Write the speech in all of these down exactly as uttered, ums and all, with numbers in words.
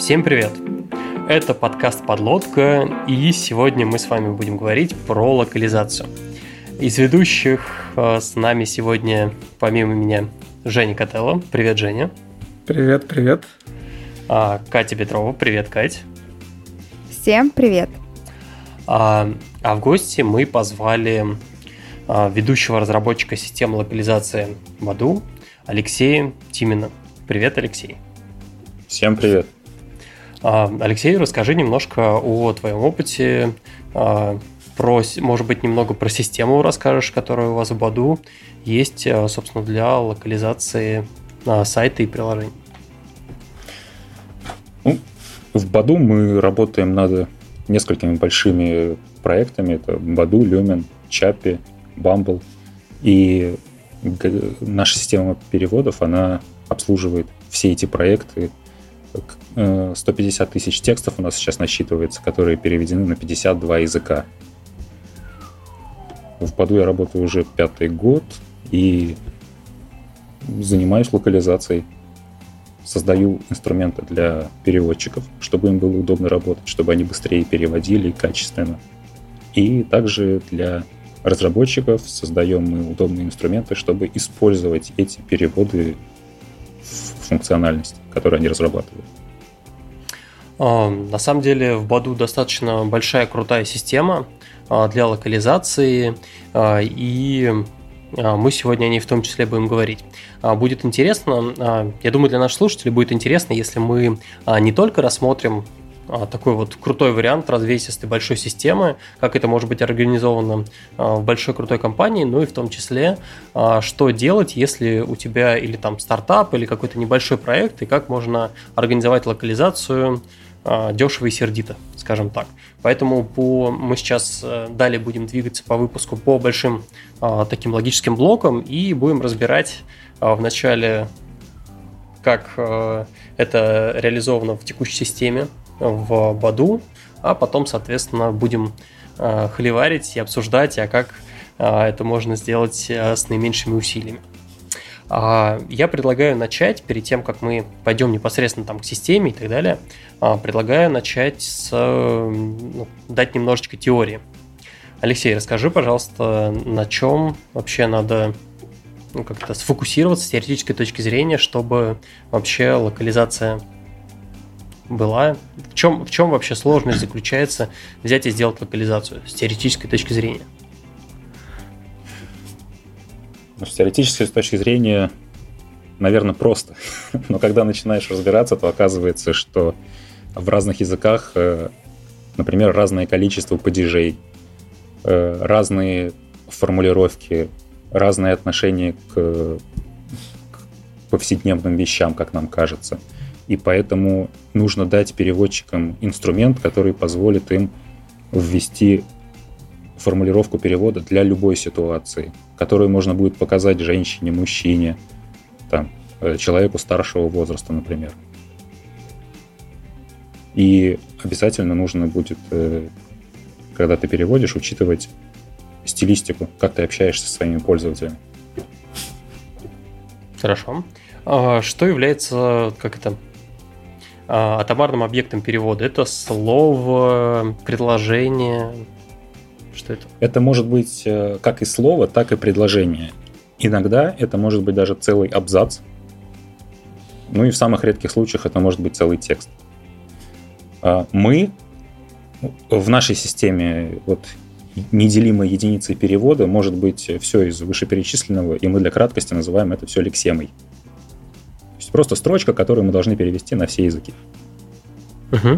Всем привет! Это подкаст «Подлодка», и сегодня мы с вами будем говорить про локализацию. Из ведущих с нами сегодня, помимо меня, Женя Котелло. Привет, Женя. Привет, привет. А, Катя Петрова. Привет, Кать. Всем привет. А, а в гости мы позвали а, ведущего разработчика системы локализации Баду Алексея Тимина. Привет, Алексей. Всем привет. Алексей, расскажи немножко о твоем опыте, про, может быть, немного про систему расскажешь, которая у вас в Баду есть, собственно, для локализации сайта и приложений. Ну, в Баду мы работаем над несколькими большими проектами. Это Баду, Люмен, Чаппи, Бамбл. И наша система переводов, она обслуживает все эти проекты. сто пятьдесят тысяч текстов у нас сейчас насчитывается, которые переведены на пятьдесят два языка. В Баду я работаю уже пятый год и занимаюсь локализацией. Создаю инструменты для переводчиков, чтобы им было удобно работать, чтобы они быстрее переводили и качественно. И также для разработчиков создаем мы удобные инструменты, чтобы использовать эти переводы в функциональности, которую они разрабатывают. На самом деле в Баду достаточно большая, крутая система для локализации, и мы сегодня о ней в том числе будем говорить. Будет интересно, я думаю, для наших слушателей будет интересно, если мы не только рассмотрим такой вот крутой вариант развесистой большой системы, как это может быть организовано в большой крутой компании, ну и в том числе, что делать, если у тебя или там стартап, или какой-то небольшой проект, и как можно организовать локализацию дешево и сердито, скажем так. Поэтому по, мы сейчас далее будем двигаться по выпуску по большим таким логическим блокам и будем разбирать вначале, как это реализовано в текущей системе, в Баду, а потом, соответственно, будем э, холиварить и обсуждать, а как э, это можно сделать э, с наименьшими усилиями. А, я предлагаю начать, перед тем, как мы пойдем непосредственно там, к системе и так далее, а, предлагаю начать с, ну, дать немножечко теории. Алексей, расскажи, пожалуйста, на чем вообще надо ну, как-то сфокусироваться с теоретической точки зрения, чтобы вообще локализация была. В чем, в чем вообще сложность заключается взять и сделать локализацию с теоретической точки зрения? Ну, с теоретической точки зрения, наверное, просто. Но когда начинаешь разбираться, то оказывается, что в разных языках, например, разное количество падежей, разные формулировки, разное отношение к, к повседневным вещам, как нам кажется. И поэтому нужно дать переводчикам инструмент, который позволит им ввести формулировку перевода для любой ситуации, которую можно будет показать женщине, мужчине, там, человеку старшего возраста, например. И обязательно нужно будет, когда ты переводишь, учитывать стилистику, как ты общаешься со своими пользователями. Хорошо. А что является, как это... атомарным объектом перевода? Это слово, предложение? Что это? Это может быть как и слово, так и предложение. Иногда это может быть даже целый абзац. Ну и в самых редких случаях это может быть целый текст. Мы в нашей системе вот, неделимой единицей перевода может быть все из вышеперечисленного, и мы для краткости называем это все лексемой. Просто строчка, которую мы должны перевести на все языки. Угу.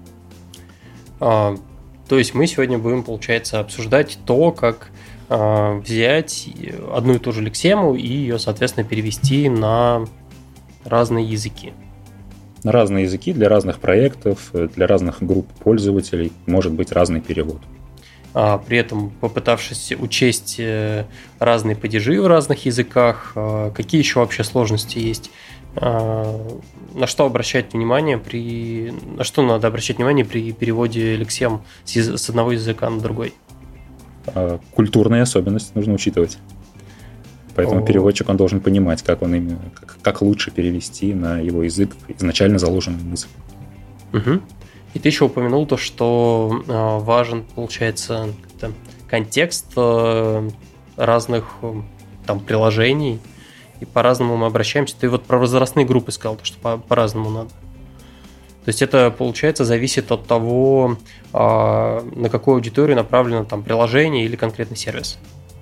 А, то есть мы сегодня будем, получается, обсуждать то, как а, взять одну и ту же лексему и ее, соответственно, перевести на разные языки. На разные языки, для разных проектов, для разных групп пользователей может быть разный перевод. А, при этом попытавшись учесть разные падежи в разных языках, а, какие еще вообще сложности есть? На что обращать внимание при... На что надо обращать внимание при переводе лексем с одного языка на другой? Культурные особенности нужно учитывать. Поэтому О. переводчик, он должен понимать, как он именно, как, как лучше перевести на его язык изначально заложенную мысль. Угу. И ты еще упомянул то, что э, важен, получается, контекст э, разных э, там приложений, и по-разному мы обращаемся. Ты вот про возрастные группы сказал, то, что по- по-разному надо. То есть это, получается, зависит от того, э, на какую аудиторию направлено там приложение или конкретный сервис.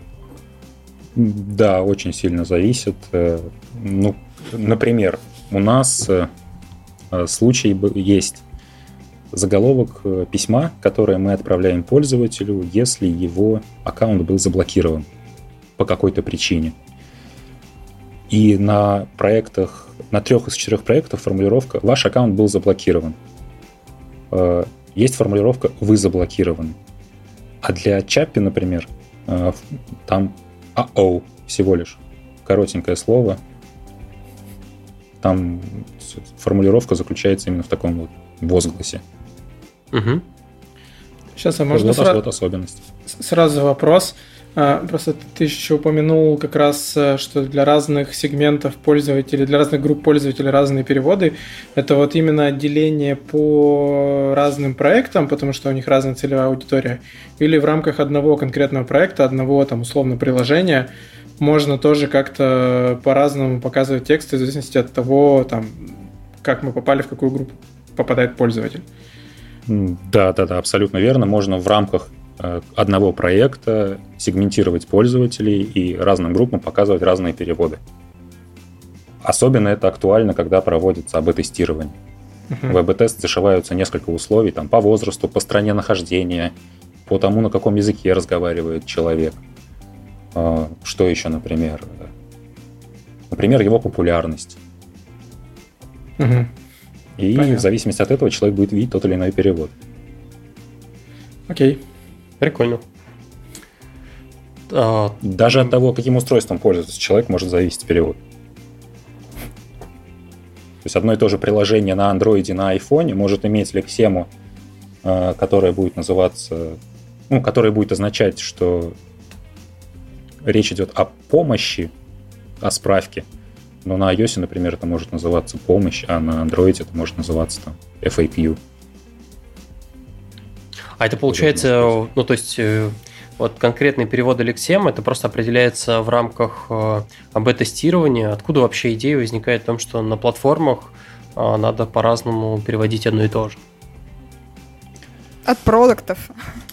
Да, очень сильно зависит. Ну, например, у нас случай есть заголовок письма, которое мы отправляем пользователю, если его аккаунт был заблокирован по какой-то причине. И на проектах, на трех из четырех проектов формулировка «Ваш аккаунт был заблокирован». Есть формулировка «Вы заблокированы». А для Чаппи, например, там «АО» всего лишь. Коротенькое слово. Там формулировка заключается именно в таком вот возгласе. Угу. Сейчас, а можно вот, сра... вот особенность. Сразу вопрос. Просто ты еще упомянул как раз, что для разных сегментов пользователей, для разных групп пользователей разные переводы. Это вот именно отделение по разным проектам, потому что у них разная целевая аудитория, или в рамках одного конкретного проекта, одного там условно приложения можно тоже как-то по-разному показывать тексты в зависимости от того, там, как мы попали, в какую группу попадает пользователь. Да, да, да, абсолютно верно. Можно в рамках одного проекта сегментировать пользователей и разным группам показывать разные переводы. Особенно это актуально, когда проводится эй би-тестирование. Uh-huh. В эй би-тест зашиваются несколько условий там, по возрасту, по стране нахождения, по тому, на каком языке разговаривает человек. Что еще, например? Например, его популярность. Uh-huh. И Понятно. В зависимости от этого человек будет видеть тот или иной перевод. Окей. Okay. Прикольно. Даже от того, каким устройством пользуется человек, может зависеть перевод. То есть одно и то же приложение на Android, на iPhone может иметь лексему, которая будет называться, ну, которая будет означать, что речь идет о помощи, о справке. Но на iOS, например, это может называться помощь, а на Android это может называться там эф эй кью. А это получается, ну то есть вот конкретный перевод лексем, это просто определяется в рамках эй би-тестирования. Откуда вообще идея возникает в том, что на платформах надо по-разному переводить одно и то же? От продуктов.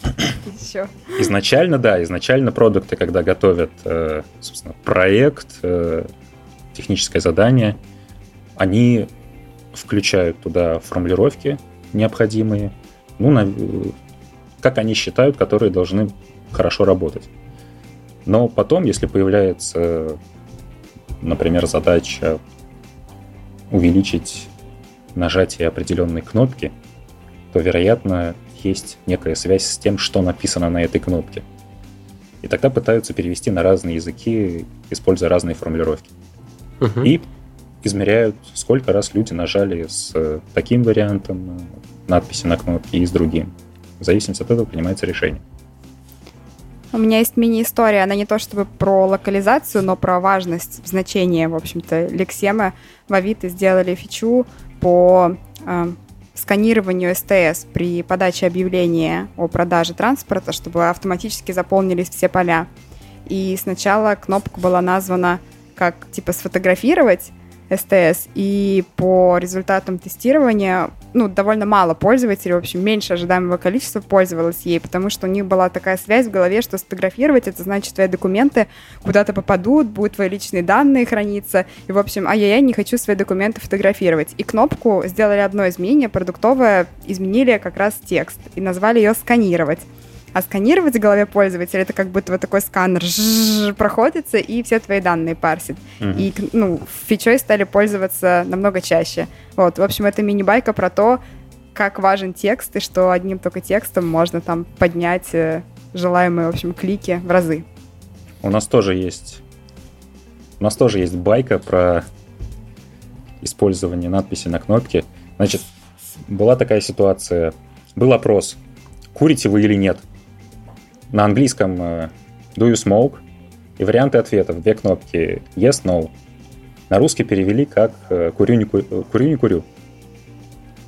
Изначально, да, изначально продукты, когда готовят, собственно, проект, техническое задание, они включают туда формулировки необходимые, ну, на, как они считают, которые должны хорошо работать. Но потом, если появляется, например, задача увеличить нажатие определенной кнопки, то, вероятно, есть некая связь с тем, что написано на этой кнопке. И тогда пытаются перевести на разные языки, используя разные формулировки. Uh-huh. И измеряют, сколько раз люди нажали с таким вариантом надписи на кнопке и с другим. В зависимости от этого принимается решение. У меня есть мини-история, она не то чтобы про локализацию, но про важность, значение, в общем-то, лексемы. В Авито сделали фичу по э, сканированию эс тэ эс при подаче объявления о продаже транспорта, чтобы автоматически заполнились все поля. И сначала кнопка была названа как, типа, сфотографировать эс тэ эс, и по результатам тестирования, ну, довольно мало пользователей, в общем, меньше ожидаемого количества пользовалось ей, потому что у них была такая связь в голове, что сфотографировать — это значит, твои документы куда-то попадут, будут твои личные данные храниться, и, в общем, ай-яй-яй, не хочу свои документы фотографировать. И кнопку сделали одно изменение, продуктовое, изменили как раз текст, и назвали ее «сканировать». А сканировать в голове пользователя — это как будто вот такой сканер проходится, и все твои данные парсит. Mm-hmm. И, ну, фичой стали пользоваться намного чаще. Вот, в общем, это мини-байка про то, как важен текст, и что одним только текстом можно там поднять желаемые, в общем, клики в разы. У нас тоже есть... У нас тоже есть байка про использование надписи на кнопке. Значит, была такая ситуация. Был опрос. Курите вы или нет? На английском uh, do you smoke? И варианты ответов. Две кнопки yes, no. На русский перевели как uh, курю, не курю, курю, не курю.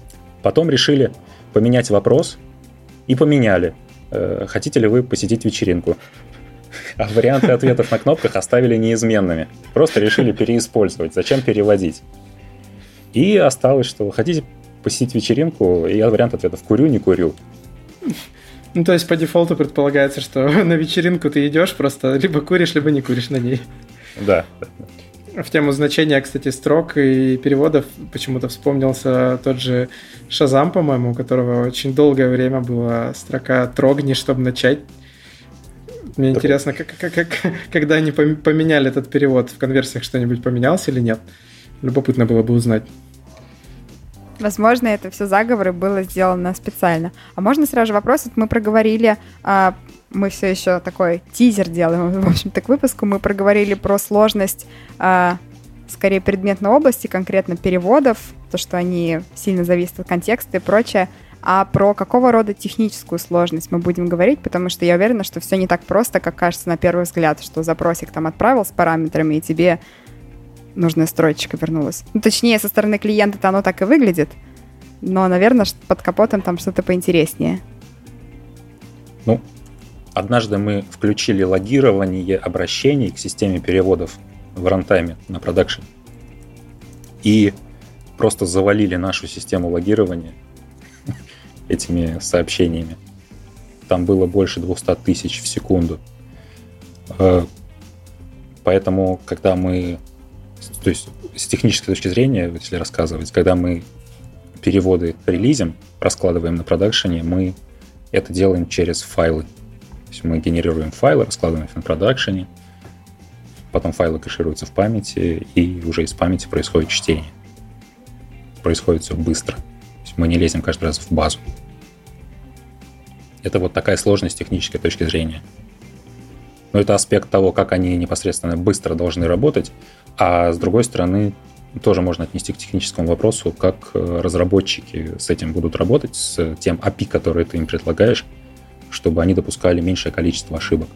Потом решили поменять вопрос и поменяли. Хотите ли вы посетить вечеринку? А варианты ответов на кнопках оставили неизменными. Просто решили переиспользовать. Зачем переводить? И осталось, что хотите посетить вечеринку, и вариант ответов курю, не курю. Ну, то есть по дефолту предполагается, что на вечеринку ты идешь, просто либо куришь, либо не куришь на ней. Да. В тему значения, кстати, строк и переводов почему-то вспомнился тот же Шазам, по-моему, у которого очень долгое время была строка «трогни, чтобы начать». Мне так... интересно, как, как, как, когда они поменяли этот перевод, в конверсиях что-нибудь поменялось или нет? Любопытно было бы узнать. Возможно, это все заговоры было сделано специально. А можно сразу же вопрос? Вот мы проговорили, а, мы все еще такой тизер делаем, в общем-то, к выпуску. Мы проговорили про сложность, а, скорее, предметной области, конкретно переводов, то, что они сильно зависят от контекста и прочее. А про какого рода техническую сложность мы будем говорить, потому что я уверена, что все не так просто, как кажется на первый взгляд, что запросик там отправил с параметрами, и тебе нужная строчка вернулась. Ну, точнее, со стороны клиента-то оно так и выглядит, но, наверное, под капотом там что-то поинтереснее. Ну, однажды мы включили логирование обращений к системе переводов в рантайме на продакшене и просто завалили нашу систему логирования этими сообщениями. Там было больше двести тысяч в секунду. Поэтому, когда мы... То есть, с технической точки зрения, если рассказывать, когда мы переводы релизим, раскладываем на продакшене, мы это делаем через файлы. То есть мы генерируем файлы, раскладываем их на продакшене, потом файлы кэшируются в памяти, и уже из памяти происходит чтение. Происходит все быстро. Мы не лезем каждый раз в базу. Это вот такая сложность с технической точки зрения. Но это аспект того, как они непосредственно быстро должны работать, а с другой стороны, тоже можно отнести к техническому вопросу, как разработчики с этим будут работать, с тем эй пи ай, который ты им предлагаешь, чтобы они допускали меньшее количество ошибок.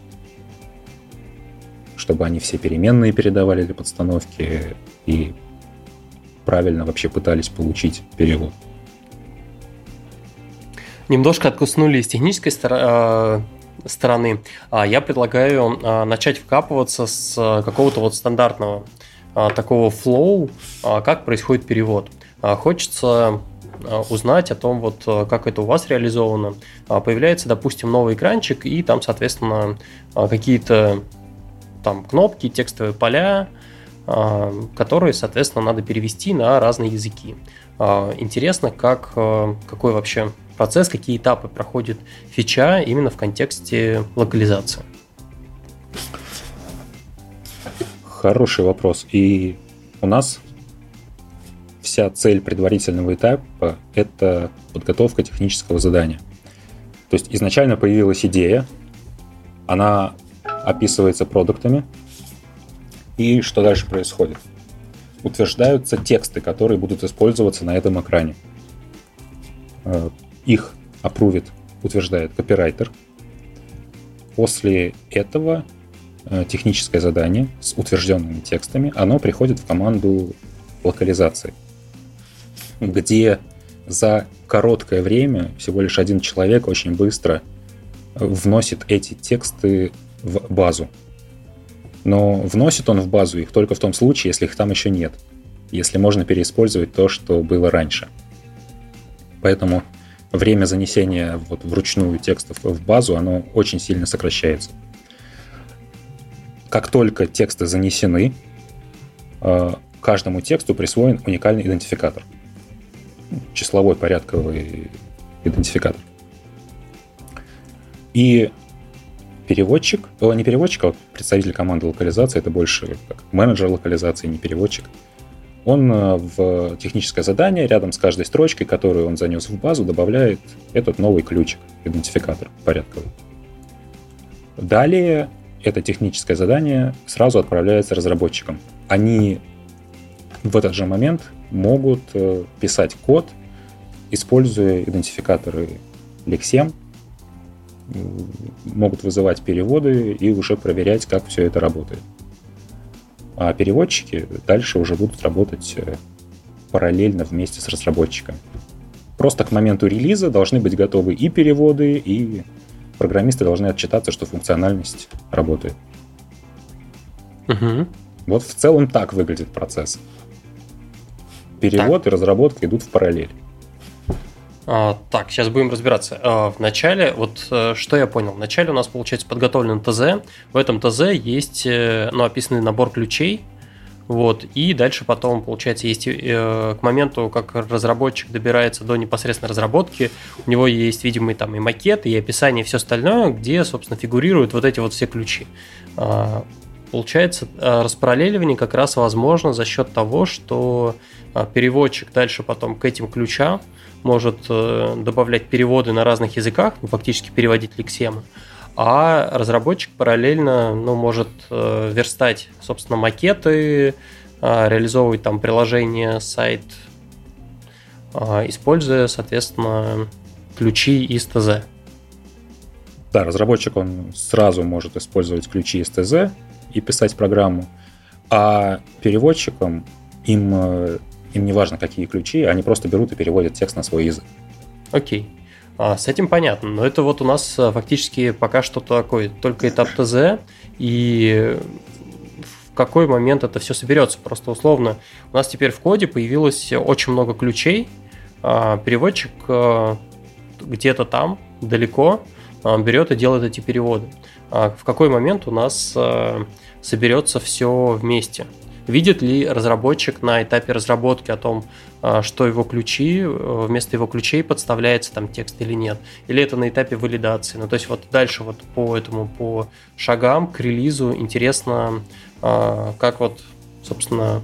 Чтобы они все переменные передавали для подстановки и правильно вообще пытались получить перевод. Немножко откуснули из технической стороны. стороны. Я предлагаю начать вкапываться с какого-то вот стандартного такого флоу, как происходит перевод. Хочется узнать о том, вот как это у вас реализовано. Появляется, допустим, новый экранчик, и там, соответственно, какие-то там кнопки, текстовые поля, которые, соответственно, надо перевести на разные языки. Интересно, как, какой вообще процесс, какие этапы проходит фича именно в контексте локализации. Хороший вопрос. И у нас вся цель предварительного этапа – это подготовка технического задания. То есть изначально появилась идея, она описывается продуктами, и что дальше происходит? Утверждаются тексты, которые будут использоваться на этом экране. Их апрувит, утверждает копирайтер. После этого техническое задание с утвержденными текстами, оно приходит в команду локализации, где за короткое время всего лишь один человек очень быстро вносит эти тексты в базу. Но вносит он в базу их только в том случае, если их там еще нет, если можно переиспользовать то, что было раньше. Поэтому время занесения вот вручную текстов в базу, оно очень сильно сокращается. Как только тексты занесены, каждому тексту присвоен уникальный идентификатор. Числовой порядковый идентификатор. И переводчик, о, не переводчик, а представитель команды локализации, это больше как менеджер локализации, не переводчик, он в техническое задание рядом с каждой строчкой, которую он занес в базу, добавляет этот новый ключик, идентификатор порядковый. Далее это техническое задание сразу отправляется разработчикам. Они в этот же момент могут писать код, используя идентификаторы Lexem, могут вызывать переводы и уже проверять, как все это работает. А переводчики дальше уже будут работать параллельно вместе с разработчиками. Просто к моменту релиза должны быть готовы и переводы, и программисты должны отчитаться, что функциональность работает. Угу. Вот в целом так выглядит процесс. Перевод так. и разработка идут в параллель. А, так, сейчас будем разбираться. А, в начале, вот а, что я понял, в начале у нас получается подготовлен ТЗ. В этом ТЗ есть ну, описанный набор ключей. Вот, и дальше потом, получается, есть э, к моменту, как разработчик добирается до непосредственно разработки, у него есть, видимо, там и макет, и описание, и все остальное, где, собственно, фигурируют вот эти вот все ключи. А, получается, распараллеливание как раз возможно за счет того, что переводчик дальше потом к этим ключам может э, добавлять переводы на разных языках, ну, фактически переводить лексемы, а разработчик параллельно ну, может э, верстать, собственно, макеты, э, реализовывать там приложение, сайт, э, используя, соответственно, ключи из ТЗ. Да, разработчик, он сразу может использовать ключи из ТЗ и писать программу, а переводчикам им, им не важно, какие ключи, они просто берут и переводят текст на свой язык. Окей. С этим понятно, но это вот у нас фактически пока что такой только этап ТЗ, и в какой момент это все соберется. Просто условно, у нас теперь в коде появилось очень много ключей, переводчик где-то там, далеко, берет и делает эти переводы. В какой момент у нас соберется все вместе? Видит ли разработчик на этапе разработки о том, что его ключи, вместо его ключей подставляется там текст или нет? Или это на этапе валидации? Ну, то есть вот дальше вот по этому, по шагам к релизу интересно, как вот, собственно,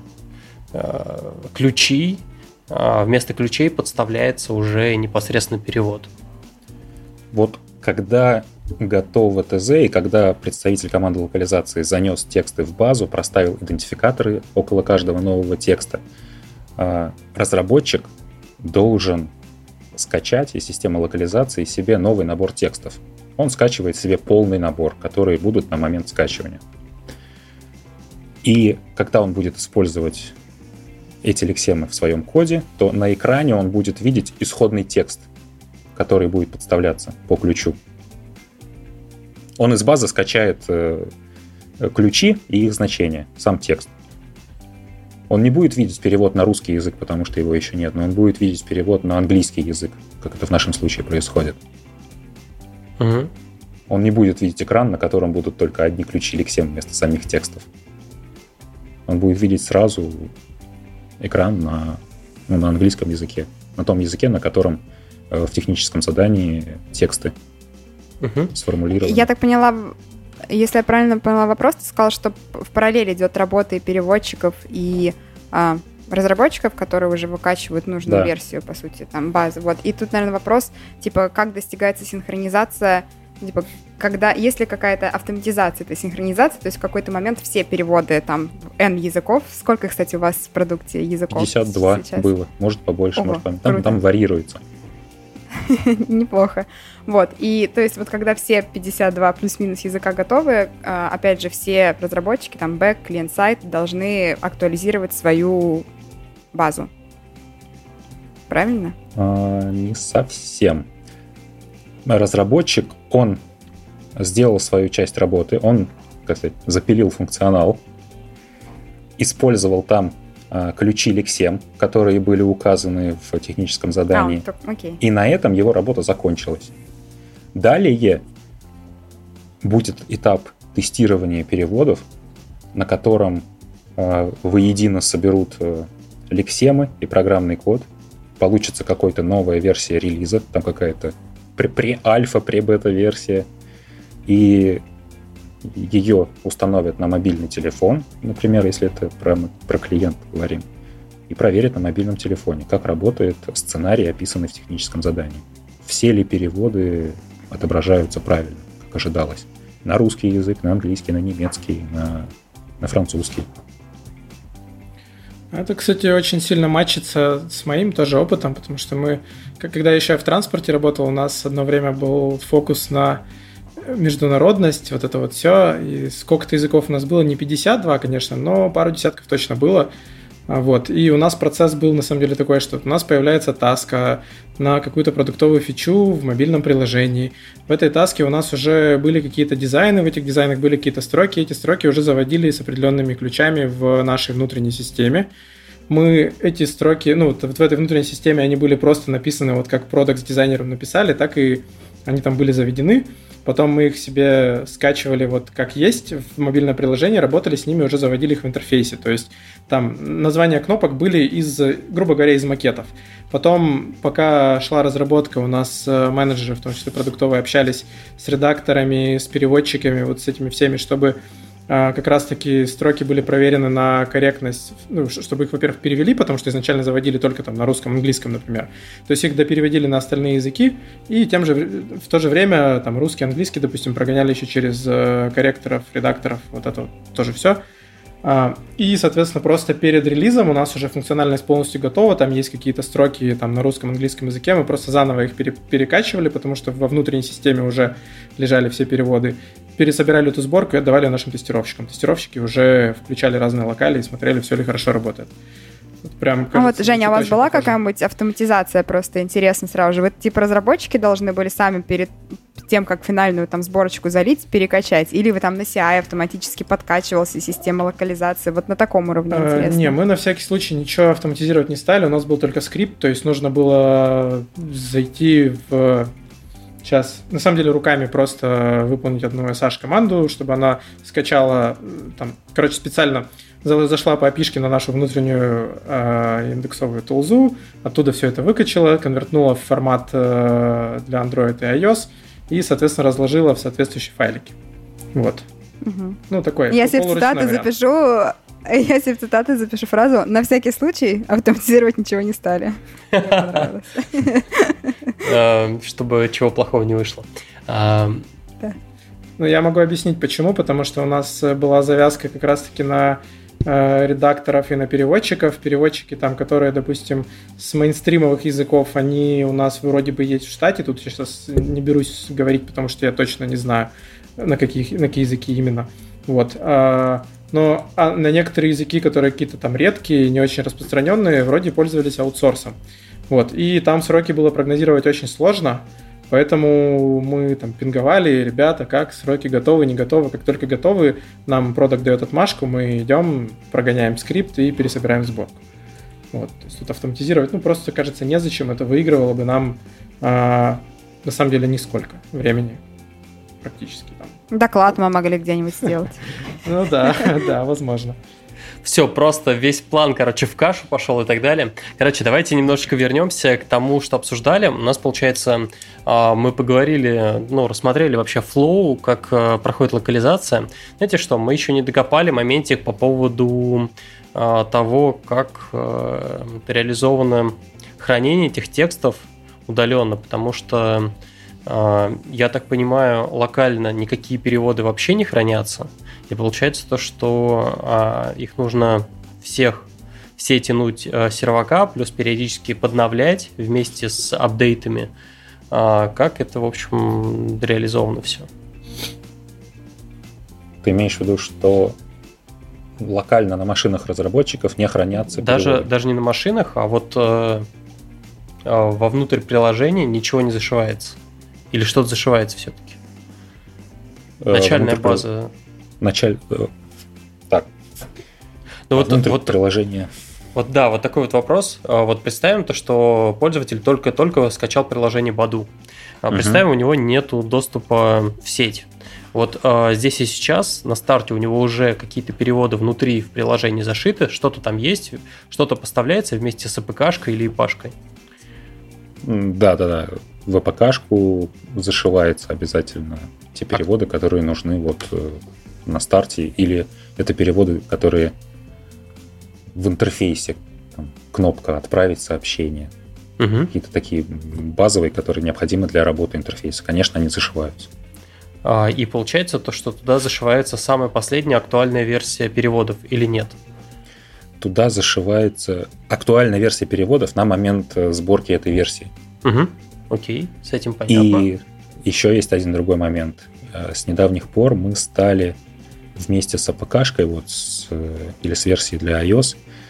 ключи, вместо ключей подставляется уже непосредственно перевод. Вот когда готово ТЗ, и когда представитель команды локализации занес тексты в базу, проставил идентификаторы около каждого нового текста, разработчик должен скачать из системы локализации себе новый набор текстов. Он скачивает себе полный набор, которые будут на момент скачивания. И когда он будет использовать эти лексемы в своем коде, то на экране он будет видеть исходный текст, который будет подставляться по ключу. Он из базы скачает э, ключи и их значения, сам текст. Он не будет видеть перевод на русский язык, потому что его еще нет, но он будет видеть перевод на английский язык, как это в нашем случае происходит. Угу. Он не будет видеть экран, на котором будут только одни ключи лексем вместо самих текстов. Он будет видеть сразу экран на, ну, на английском языке, на том языке, на котором э, в техническом задании тексты угу. сформулированы. Я так поняла, если я правильно поняла вопрос, ты сказал, что в параллель идет работа и переводчиков, и а, разработчиков, которые уже выкачивают нужную да. версию, по сути, там, базы. Вот. И тут, наверное, вопрос, типа, как достигается синхронизация, типа, когда, есть ли какая-то автоматизация этой синхронизации, то есть в какой-то момент все переводы, там, N языков, сколько, кстати, у вас в продукте языков пятьдесят два сейчас? было, может побольше, Ого, может там, там, там варьируется. Неплохо. Вот, и то есть вот когда все пятьдесят два плюс-минус языка готовы, опять же, все разработчики, там, бэк, клиент-сайт должны актуализировать свою базу. Правильно? А, не совсем. Разработчик, он сделал свою часть работы, он, как сказать, запилил функционал, использовал там а, ключи лексем, которые были указаны в техническом задании, а, так, окей. И на этом его работа закончилась. Далее будет этап тестирования переводов, на котором э, воедино соберут э, лексемы и программный код, получится какая-то новая версия релиза, там какая-то пре-альфа, пре-бета-версия, и ее установят на мобильный телефон, например, если это про, про клиент говорим, и проверят на мобильном телефоне, как работает сценарий, описанный в техническом задании. Все ли переводы отображаются правильно, как ожидалось. На русский язык, на английский, на немецкий, на, на французский. Это, кстати, очень сильно матчится с моим тоже опытом, потому что мы, когда я еще в транспорте работал, у нас одно время был фокус на международность, вот это вот все. И сколько-то языков у нас было, не пятьдесят два, конечно, но пару десятков точно было. Вот. И у нас процесс был на самом деле такой, что у нас появляется таска на какую-то продуктовую фичу в мобильном приложении. В этой таске у нас уже были какие-то дизайны, в этих дизайнах были какие-то строки, эти строки уже заводили с определенными ключами в нашей внутренней системе. Мы эти строки, ну, вот в этой внутренней системе они были просто написаны, вот как продакт с дизайнером написали, так и они там были заведены. Потом мы их себе скачивали вот как есть в мобильное приложение, работали с ними, уже заводили их в интерфейсе. То есть там названия кнопок были из, грубо говоря, из макетов. Потом, пока шла разработка, у нас менеджеры, в том числе продуктовые, общались с редакторами, с переводчиками, вот с этими всеми, чтобы как раз-таки строки были проверены на корректность, ну, чтобы их, во-первых, перевели, потому что изначально заводили только там на русском, английском, например. То есть их допереводили на остальные языки, и тем же, в то же время там русский, английский, допустим, прогоняли еще через корректоров, редакторов, вот это вот тоже все. И, соответственно, просто перед релизом у нас уже функциональность полностью готова, там есть какие-то строки там, на русском, английском языке, мы просто заново их перекачивали, потому что во внутренней системе уже лежали все переводы, пересобирали эту сборку и отдавали нашим тестировщикам. Тестировщики уже включали разные локали и смотрели, все ли хорошо работает. Вот прям, кажется, а вот, Женя, а у вас была похоже. Какая-нибудь автоматизация, просто интересно сразу же? Вы, типа, разработчики должны были сами перед тем, как финальную там сборочку залить, перекачать? Или вы там на си ай автоматически подкачивался, система локализации? Вот на таком уровне а, интересно. Не, мы на всякий случай ничего автоматизировать не стали, у нас был только скрипт, то есть нужно было зайти в... Сейчас, на самом деле, руками просто выполнить одну эс эйч-команду, чтобы она скачала, там, короче, специально зашла по эй пи ай-шке на нашу внутреннюю э, индексовую тулзу, оттуда все это выкачала, конвертнула в формат э, для Android и iOS и, соответственно, разложила в соответствующие файлики. Вот. Угу. Ну, такой Если в цитаты запишу... Если в цитаты запишу фразу «на всякий случай автоматизировать ничего не стали». Чтобы чего плохого не вышло. Ну, я могу объяснить, почему. Потому что у нас была завязка как раз-таки на редакторов и на переводчиков. Переводчики, там, которые, допустим, с мейнстримовых языков, они у нас вроде бы есть в штате. Тут я сейчас не берусь говорить, потому что я точно не знаю, на какие, на какие языки именно. Вот. Но на некоторые языки, которые какие-то там редкие, не очень распространенные, вроде пользовались аутсорсом. Вот. И там сроки было прогнозировать очень сложно, поэтому мы там пинговали, ребята, как сроки готовы, не готовы. Как только готовы, нам продакт дает отмашку, мы идем, прогоняем скрипт и пересобираем сборку. Вот. То есть тут автоматизировать, ну, просто, кажется, незачем. Это выигрывало бы нам, а, на самом деле, нисколько времени практически там. Доклад мы могли где-нибудь сделать. Ну да, да, возможно. Все, просто весь план, короче, в кашу пошел и так далее. Короче, давайте немножечко вернемся к тому, что обсуждали. У нас, получается, мы поговорили, ну, рассмотрели вообще флоу, как проходит локализация. Знаете что, мы еще не докопали моментик по поводу того, как реализовано хранение этих текстов удаленно, потому что, я так понимаю, локально никакие переводы вообще не хранятся. И получается то, что а, их нужно всех, все тянуть а, сервака, плюс периодически подновлять вместе с апдейтами. А, как это, в общем, реализовано все? Ты имеешь в виду, что локально на машинах разработчиков не хранятся даже, переводы? Даже не на машинах, а вот а, а, вовнутрь приложения ничего не зашивается. Или что-то зашивается все-таки? Начальная Внутрь... база... Началь... Так. Ну, вот, вот приложение. Вот да, вот такой вот вопрос. Вот представим то, что пользователь только-только скачал приложение Баду. Представим, uh-huh. у него нету доступа в сеть. Вот а, здесь и сейчас на старте у него уже какие-то переводы внутри в приложении зашиты, что-то там есть, что-то поставляется вместе с эй-пи-кашкой или ай-пи-шкой. Да-да-да. В эй-пи-кашку зашивается обязательно те переводы, которые нужны вот на старте, или это переводы, которые в интерфейсе, там, кнопка «Отправить сообщение». Угу. Какие-то такие базовые, которые необходимы для работы интерфейса. Конечно, они зашиваются. А, и получается то, что туда зашивается самая последняя актуальная версия переводов или нет? Туда зашивается актуальная версия переводов на момент сборки этой версии. Угу. Окей, с этим понятно. И еще есть один другой момент. С недавних пор мы стали вместе с эй пи-кашкой вот с, или с версией для iOS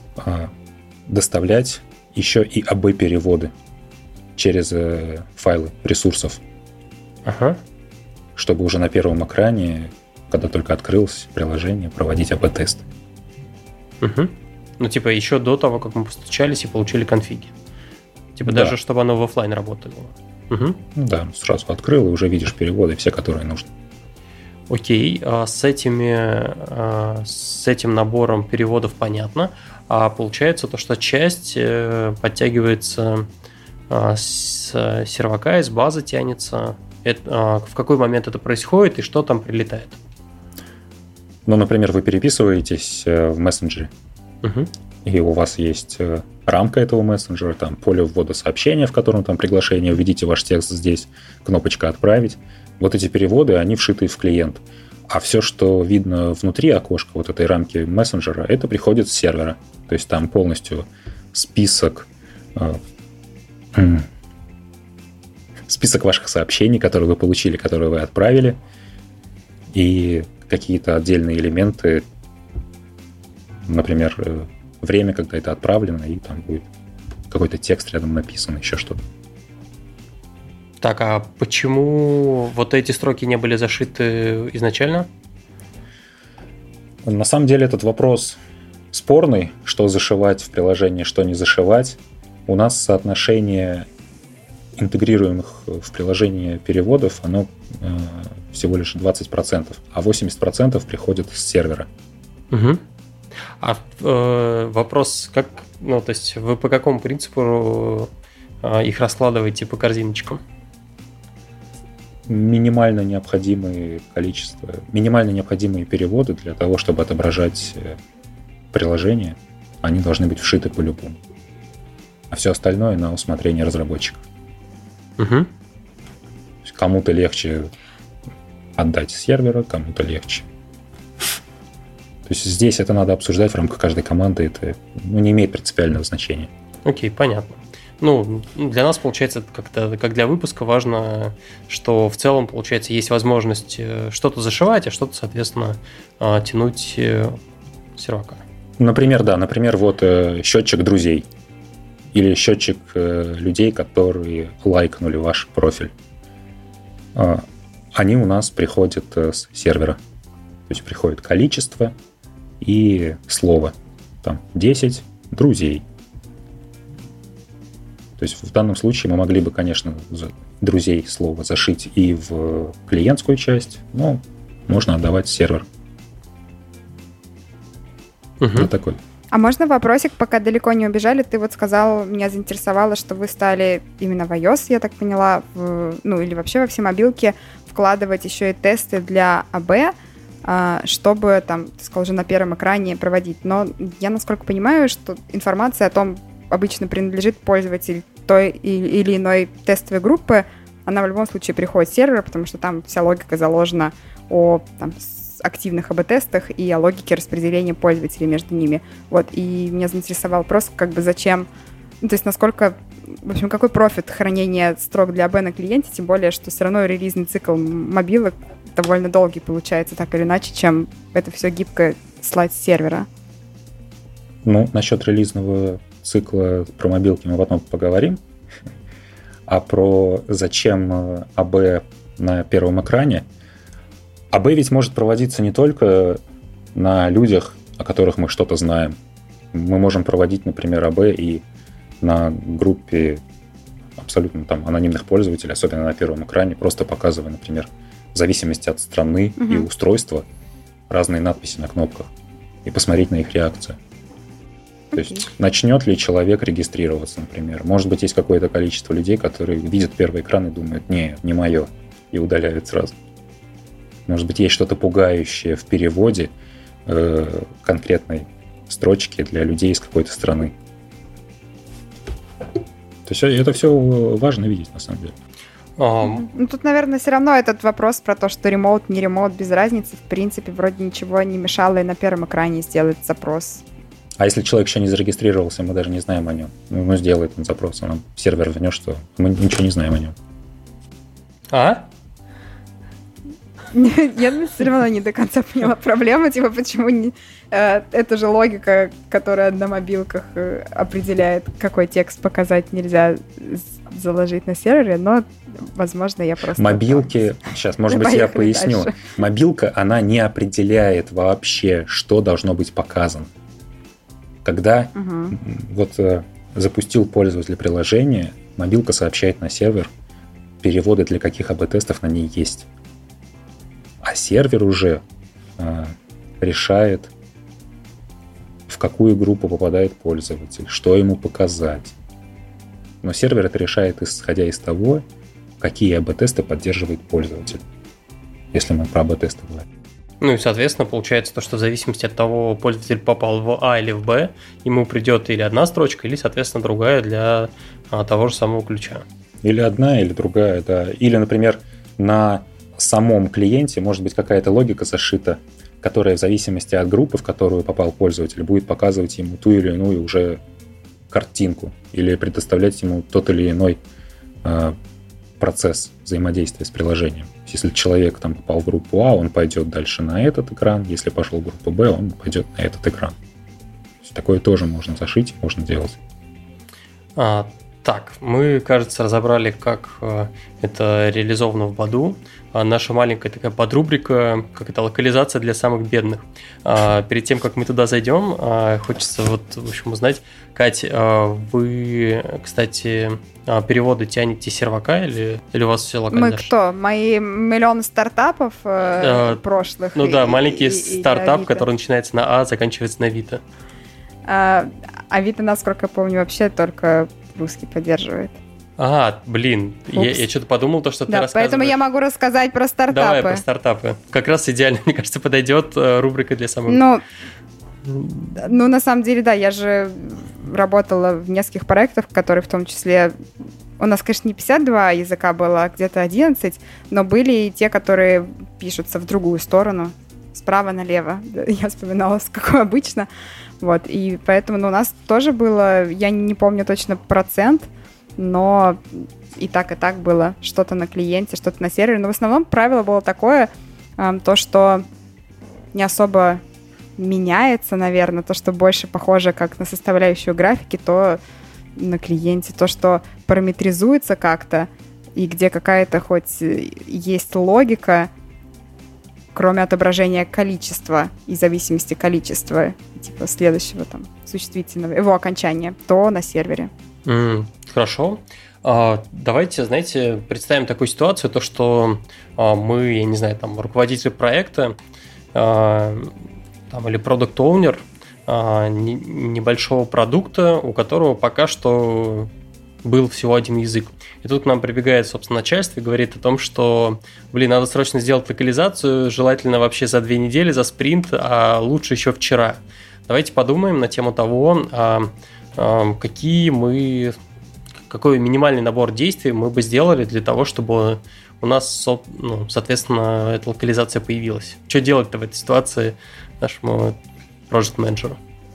доставлять еще и эй би-переводы через файлы ресурсов. Ага. Чтобы уже на первом экране, когда только открылось приложение, проводить эй би-тесты. Угу. Ну, типа, еще до того, как мы постучались и получили конфиги. Типа, Да. даже чтобы оно в офлайн работало. Угу. Ну да, сразу открыл и уже видишь переводы, все, которые нужны. Окей, а с этими, а, с этим набором переводов понятно. А получается то, что часть э, подтягивается а, с сервака, из базы тянется. Это, а, в какой момент это происходит и что там прилетает? Ну, например, вы переписываетесь в мессенджере, Угу. и у вас есть рамка этого мессенджера, там поле ввода сообщения, в котором там приглашение, введите ваш текст здесь, кнопочка «Отправить». Вот эти переводы, они вшиты в клиент. А все, что видно внутри окошка вот этой рамки мессенджера, это приходит с сервера. То есть там полностью список, э, список ваших сообщений, которые вы получили, которые вы отправили, и какие-то отдельные элементы, например, э, время, когда это отправлено, и там будет какой-то текст рядом написан, еще что-то. Так, а почему вот эти строки не были зашиты изначально? На самом деле этот вопрос спорный, что зашивать в приложение, что не зашивать. У нас соотношение интегрируемых в приложение переводов, оно э, всего лишь двадцать процентов, а восемьдесят процентов приходит с сервера. Угу. А э, вопрос, как, ну, то есть вы по какому принципу э, их раскладываете по корзиночкам? Минимально необходимые количество, минимально необходимые переводы для того, чтобы отображать приложение, они должны быть вшиты по-любому. А все остальное на усмотрение разработчиков. Угу. Кому-то легче отдать с сервера, кому-то легче. То есть здесь это надо обсуждать в рамках каждой команды, это ну, не имеет принципиального значения. Окей, понятно. Ну, для нас, получается, как-то, как для выпуска важно, что в целом, получается, есть возможность что-то зашивать, а что-то, соответственно, тянуть сервака. Например, да, например, вот счетчик друзей или счетчик людей, которые лайкнули ваш профиль. Они у нас приходят с сервера. То есть приходит количество и слово. Там десять друзей. То есть в данном случае мы могли бы, конечно, друзей слово зашить и в клиентскую часть, но можно отдавать сервер. Угу. Вот такой. А можно вопросик, пока далеко не убежали? Ты вот сказал, меня заинтересовало, что вы стали именно в iOS, я так поняла, в, ну или вообще во все мобилки вкладывать еще и тесты для эй би, чтобы там, ты сказал, уже на первом экране проводить. Но я, насколько понимаю, что информация о том, обычно принадлежит пользователь той или иной тестовой группы, она в любом случае приходит с сервера, потому что там вся логика заложена о там, активных эй би-тестах и о логике распределения пользователей между ними. Вот, и меня заинтересовал вопрос, как бы зачем, ну, то есть насколько, в общем, какой профит хранения строк для эй би на клиенте, тем более, что все равно релизный цикл мобилок довольно долгий получается, так или иначе, чем это все гибко слать с сервера. Ну, насчет релизного цикла про мобилки мы потом поговорим. А про зачем эй би на первом экране. эй би ведь может проводиться не только на людях, о которых мы что-то знаем. Мы можем проводить, например, эй би и на группе абсолютно там анонимных пользователей, особенно на первом экране, просто показывая, например, в зависимости от страны угу. и устройства разные надписи на кнопках и посмотреть на их реакцию. То okay. есть начнет ли человек регистрироваться, например. Может быть, есть какое-то количество людей, которые видят первый экран и думают, не, не мое, и удаляют сразу. Может быть, есть что-то пугающее в переводе э, конкретной строчки для людей из какой-то страны. То есть это все важно видеть, на самом деле. Um. Ну, тут, наверное, все равно этот вопрос про то, что ремоут, не ремоут, без разницы. В принципе, вроде ничего не мешало и на первом экране сделать запрос. А если человек еще не зарегистрировался, мы даже не знаем о нем. Ну, сделает он запрос, а нам сервер вернет, что мы ничего не знаем о нем. А? Я все равно не до конца поняла проблему, типа, почему не... Это же логика, которая на мобилках определяет, какой текст показать нельзя заложить на сервере, но, возможно, я просто... Мобилки... Сейчас, может быть, я поясню. Дальше. Мобилка, она не определяет вообще, что должно быть показано. Когда угу. вот запустил пользователь приложение, мобилка сообщает на сервер, переводы для каких эй би-тестов на ней есть. А сервер уже э, решает, в какую группу попадает пользователь, что ему показать. Но сервер это решает, исходя из того, какие эй би-тесты поддерживает пользователь. Если мы про эй би-тесты говорим. Ну и, соответственно, получается то, что в зависимости от того, пользователь попал в А или в Б, ему придет или одна строчка, или, соответственно, другая для а, того же самого ключа. Или одна, или другая, да. Или, например, на самом клиенте может быть какая-то логика зашита, которая в зависимости от группы, в которую попал пользователь, будет показывать ему ту или иную уже картинку или предоставлять ему тот или иной э, процесс взаимодействия с приложением. Если человек там попал в группу А, он пойдет дальше на этот экран. Если пошел в группу Б, он пойдет на этот экран. То есть такое тоже можно зашить, можно делать. А, так, мы, кажется, разобрали, как э, это реализовано в Баду. А наша маленькая такая подрубрика, как это локализация для самых бедных. А, перед тем, как мы туда зайдем, а, хочется вот, в общем, узнать, Кать, а, вы, кстати, переводы тянете с сервака или, или у вас все локально? Мы кто? Мои миллион стартапов э, а, прошлых? Ну и, да, маленький и, стартап, и который начинается на А, заканчивается на Авито. А, Авито, насколько я помню, вообще только русский поддерживает. А, блин, я, я что-то подумал, то, что да, ты рассказываешь. Поэтому я могу рассказать про стартапы. Давай про стартапы. Как раз идеально, мне кажется, подойдет рубрика для самых... Ну, ну, на самом деле, да, я же работала в нескольких проектах, которые в том числе... У нас, конечно, не пятьдесят два языка было, а где-то одиннадцать, но были и те, которые пишутся в другую сторону, справа налево. Я вспоминала, с какой обычно. Вот, и поэтому ну, у нас тоже было, я не помню точно процент, но и так, и так было что-то на клиенте, что-то на сервере. Но в основном правило было такое, то, что не особо меняется, наверное, то, что больше похоже как на составляющую графики, то на клиенте, то, что параметризуется как-то, и где какая-то хоть есть логика, кроме отображения количества и зависимости количества, типа следующего там существительного, его окончания, то на сервере. Mm, хорошо. А, давайте, знаете, представим такую ситуацию, то, что а, мы, я не знаю, там, руководитель проекта а, там, или продукт-оунер а, не, небольшого продукта, у которого пока что был всего один язык. И тут к нам прибегает, собственно, начальство и говорит о том, что, блин, надо срочно сделать локализацию, желательно вообще за две недели, за спринт, а лучше еще вчера. Давайте подумаем на тему того, а, а, какие мы, какой минимальный набор действий мы бы сделали для того, чтобы у нас, ну, соответственно, эта локализация появилась. Что делать-то в этой ситуации нашему проект-менеджеру?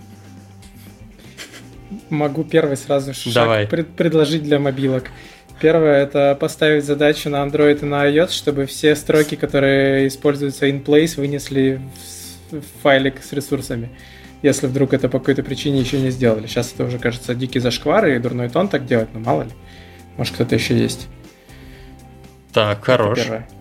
Могу первый сразу шаг пред- предложить для мобилок. Первое – это поставить задачу на Android и на iOS, чтобы все строки, которые используются in place, вынесли в файлик с ресурсами, если вдруг это по какой-то причине еще не сделали. Сейчас это уже, кажется, дикий зашквар и дурной тон так делать, но мало ли. Может, кто-то еще есть. Так, хорош.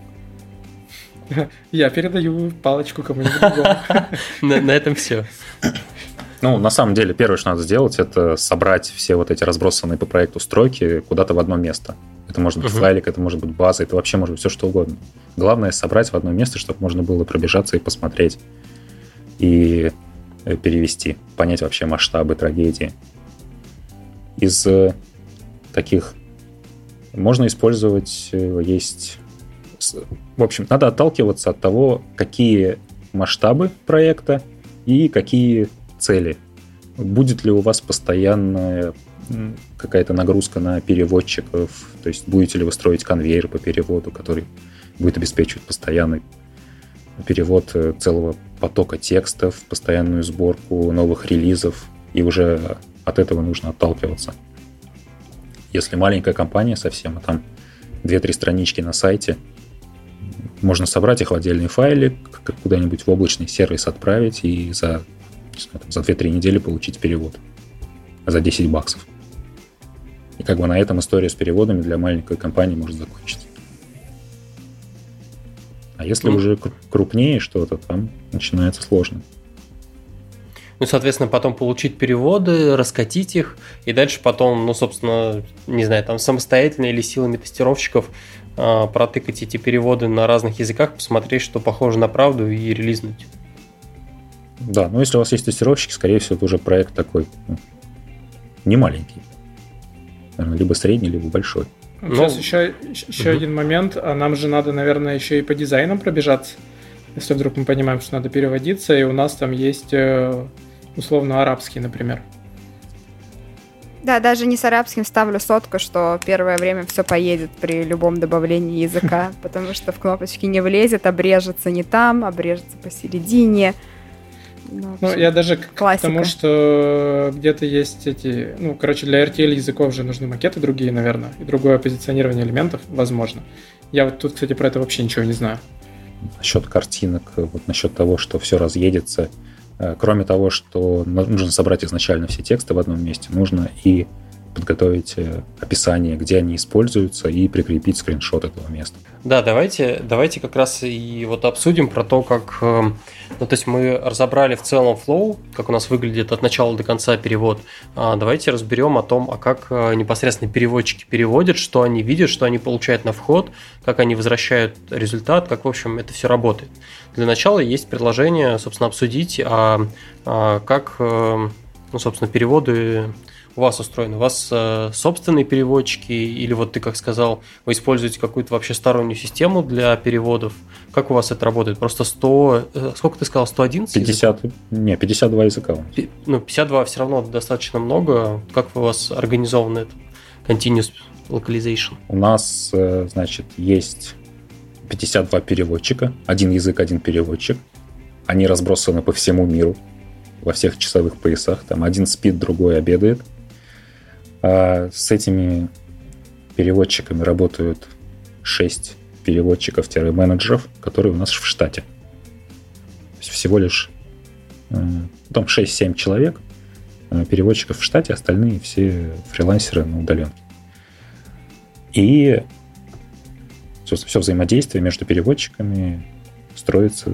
Я передаю палочку кому-нибудь другому. На этом все. Ну, на самом деле, первое, что надо сделать, это собрать все вот эти разбросанные по проекту строки куда-то в одно место. Это может быть uh-huh. файлик, это может быть база, это вообще может быть все что угодно. Главное собрать в одно место, чтобы можно было пробежаться и посмотреть. И перевести, понять вообще масштабы трагедии. Из таких можно использовать, есть... В общем, надо отталкиваться от того, какие масштабы проекта и какие цели. Будет ли у вас постоянная какая-то нагрузка на переводчиков, то есть будете ли вы строить конвейер по переводу, который будет обеспечивать постоянный перевод целого потока текстов, постоянную сборку новых релизов, и уже от этого нужно отталкиваться. Если маленькая компания совсем, а там две-три странички на сайте, можно собрать их в отдельный файлик, куда-нибудь в облачный сервис отправить и за, за две-три недели получить перевод за десять баксов. И как бы на этом история с переводами для маленькой компании может закончиться. А если mm. уже крупнее что-то, там начинается сложно. Ну, соответственно, потом получить переводы, раскатить их, и дальше потом, ну, собственно, не знаю, там самостоятельно или силами тестировщиков э, протыкать эти переводы на разных языках, посмотреть, что похоже на правду, и релизнуть. Да, ну, если у вас есть тестировщики, скорее всего, это уже проект такой, ну, не маленький. Наверное, либо средний, либо большой. Сейчас ну, еще, еще угу. один момент. А нам же надо, наверное, еще и по дизайнам пробежаться. Если вдруг мы понимаем, что надо переводиться, и у нас там есть условно арабский, например. Да, даже не с арабским ставлю сотку, что первое время все поедет при любом добавлении языка, потому что в кнопочки не влезет, обрежется не там, обрежется посередине. Ну, ну я даже классика. К тому, что где-то есть эти... Ну, короче, для эр ти эл языков же нужны макеты другие, наверное, и другое позиционирование элементов, возможно. Я вот тут, кстати, про это вообще ничего не знаю. Насчет картинок, вот насчет того, что все разъедется, кроме того, что нужно собрать изначально все тексты в одном месте, нужно и подготовить описание, где они используются, и прикрепить скриншот этого места. Да, давайте, давайте как раз и вот обсудим про то, как... Ну, то есть мы разобрали в целом флоу, как у нас выглядит от начала до конца перевод. Давайте разберем о том, а как непосредственно переводчики переводят, что они видят, что они получают на вход, как они возвращают результат, как, в общем, это все работает. Для начала есть предложение, собственно, обсудить, а, а как, ну, собственно, переводы... у вас устроено? У вас э, собственные переводчики, или вот ты как сказал, вы используете какую-то вообще стороннюю систему для переводов? Как у вас это работает? Просто сто... Э, сколько ты сказал? сто одиннадцать пятьдесят, языков? Не, пятьдесят два языка. Пи, ну, пятьдесят два все равно достаточно много. Как у вас организовано это? Continuous Localization. У нас, э, значит, есть пятьдесят два переводчика. Один язык, один переводчик. Они разбросаны по всему миру, во всех часовых поясах. Там один спит, другой обедает. А с этими переводчиками работают шесть переводчиков-менеджеров, которые у нас в штате. То есть всего лишь там шесть-семь человек переводчиков в штате, остальные все фрилансеры на удаленке. И все, все взаимодействие между переводчиками строится...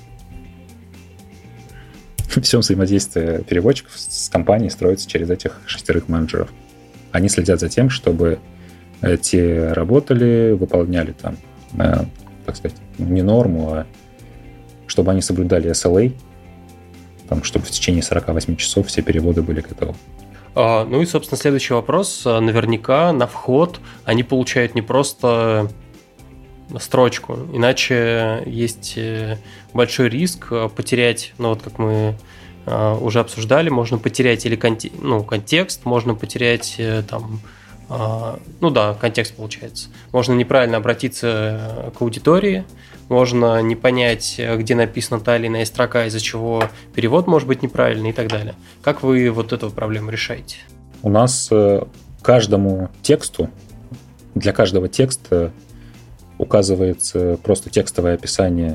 Все взаимодействие переводчиков с компанией строится через этих шестерых менеджеров. Они следят за тем, чтобы те работали, выполняли там, э, так сказать, не норму, а чтобы они соблюдали эс эл эй, там, чтобы в течение сорок восемь часов все переводы были готовы. А, ну и, собственно, следующий вопрос. Наверняка на вход они получают не просто строчку, иначе есть большой риск потерять, ну вот как мы уже обсуждали, можно потерять или конте- ну, контекст, можно потерять там, ну да, контекст получается. Можно неправильно обратиться к аудитории, можно не понять, где написана та или иная строка, из-за чего перевод может быть неправильный и так далее. Как вы вот эту проблему решаете? У нас каждому тексту, для каждого текста указывается просто текстовое описание,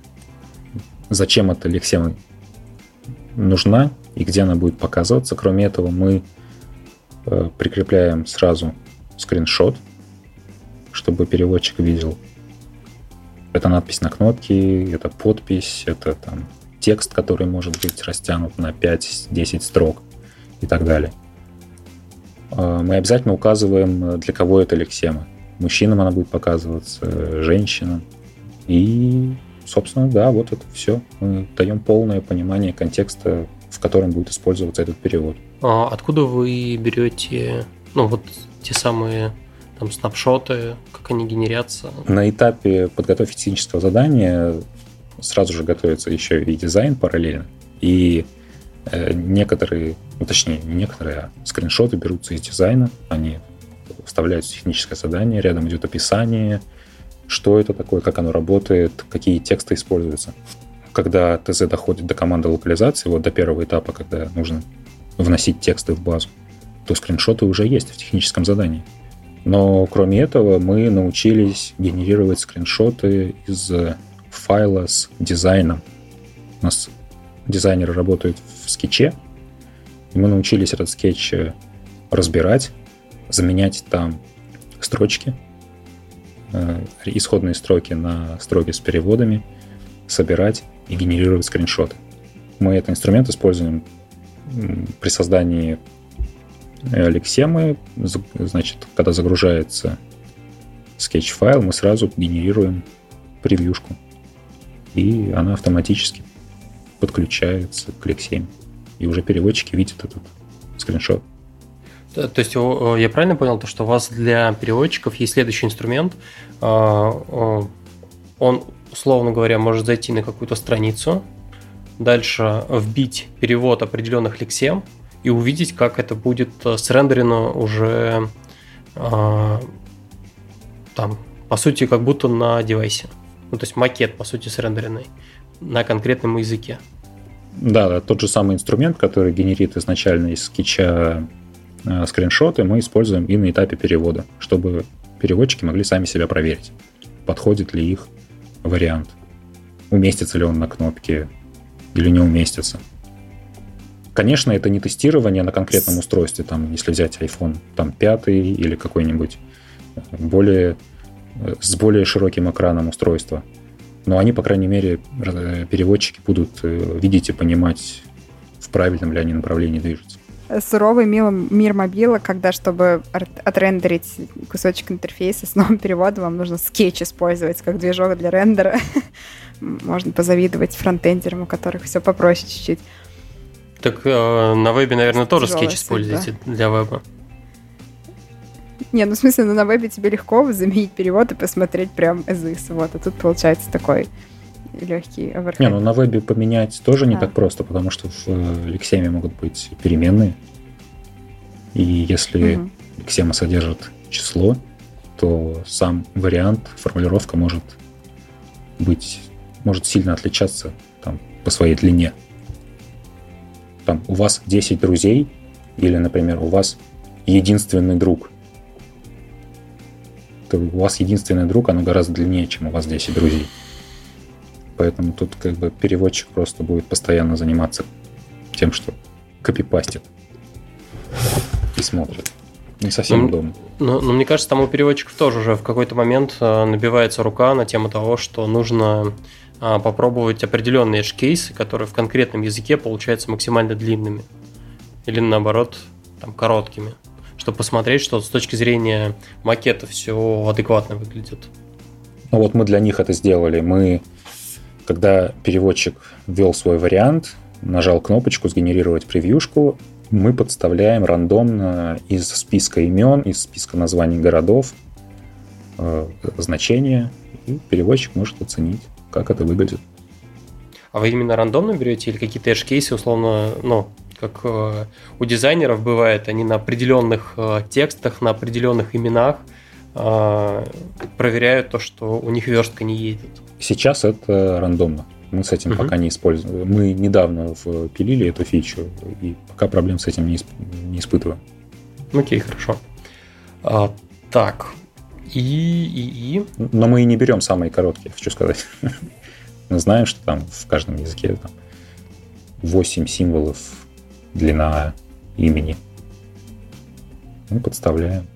зачем эта лексема нужна и где она будет показываться. Кроме этого, мы э, прикрепляем сразу скриншот, чтобы переводчик видел. Это надпись на кнопке, это подпись, это там текст, который может быть растянут на пять-десять строк и так далее. Э, мы обязательно указываем, для кого эта лексема. Мужчинам она будет показываться, женщинам. И, собственно, да, вот это все. Мы даем полное понимание контекста, в котором будет использоваться этот перевод. А откуда вы берете, ну, вот те самые там снапшоты, как они генерятся? На этапе подготовки технического задания сразу же готовится еще и дизайн параллельно. И э, некоторые, ну, точнее, не некоторые, а скриншоты берутся из дизайна. Они вставляются в техническое задание, рядом идет описание, что это такое, как оно работает, какие тексты используются. Когда ТЗ доходит до команды локализации, вот до первого этапа, когда нужно вносить тексты в базу, то скриншоты уже есть в техническом задании. Но кроме этого мы научились генерировать скриншоты из файла с дизайном. У нас дизайнеры работают в скетче, и мы научились этот скетч разбирать, заменять там строчки, исходные строки на строки с переводами, собирать и генерировать скриншоты. Мы этот инструмент используем при создании лексемы. Значит, когда загружается скетч-файл, мы сразу генерируем превьюшку, и она автоматически подключается к лексеме. И уже переводчики видят этот скриншот. То есть я правильно понял, то, что у вас для переводчиков есть следующий инструмент. Он, условно говоря, может зайти на какую-то страницу, дальше вбить перевод определенных лексем и увидеть, как это будет срендерено уже там, по сути, как будто на девайсе. Ну, то есть макет, по сути, срендеренный на конкретном языке. Да, да, тот же самый инструмент, который генерит изначально из скетча э, скриншоты, мы используем и на этапе перевода, чтобы переводчики могли сами себя проверить, подходит ли их вариант, уместится ли он на кнопке или не уместится. Конечно, это не тестирование на конкретном устройстве, там, если взять iPhone там, пять или какой-нибудь более, с более широким экраном устройства. Но они, по крайней мере, переводчики будут видеть и понимать, в правильном ли они направлении движутся. Суровый мир мобила, когда, чтобы отрендерить кусочек интерфейса с новым переводом, вам нужно скетч использовать как движок для рендера. Можно позавидовать фронтендерам, у которых все попроще чуть-чуть. Так э, на вебе, наверное, тоже скетч используете для веба. Не, ну в смысле, ну на вебе тебе легко заменить перевод и посмотреть прям as is. Вот, а тут получается такой легкий оверхед. Не, ну на вебе поменять тоже не а. так просто, потому что в лексеме могут быть переменные. И если угу. лексема содержит число, то сам вариант, формулировка может быть, может сильно отличаться там, по своей длине. Там у вас десять друзей, или, например, у вас единственный друг. То у вас единственный друг, оно гораздо длиннее, чем у вас десять друзей. Поэтому тут как бы переводчик просто будет постоянно заниматься тем, что копипастит и смотрит. Не совсем ну, удобно. Но, но мне кажется, там у переводчиков тоже уже в какой-то момент набивается рука на тему того, что нужно попробовать определенные эдж-кейсы, которые в конкретном языке получаются максимально длинными. Или наоборот, там, короткими. Чтобы посмотреть, что с точки зрения макета все адекватно выглядит. Ну вот мы для них это сделали. Мы, когда переводчик ввел свой вариант, нажал кнопочку «Сгенерировать превьюшку», мы подставляем рандомно из списка имен, из списка названий городов э, значения, и переводчик может оценить, как это выглядит. А вы именно рандомно берете или какие-то эдж-кейсы, условно, ну, как э, у дизайнеров бывает, они на определенных э, текстах, на определенных именах э, проверяют то, что у них верстка не едет? Сейчас это рандомно. Мы с этим uh-huh. пока не используем. Мы недавно впилили эту фичу, и пока проблем с этим не, исп... не испытываем. Окей, хорошо. А, так, и, и, и... Но мы и не берем самые короткие, хочу сказать. Мы знаем, что там в каждом языке там, восемь символов длина имени. Мы подставляем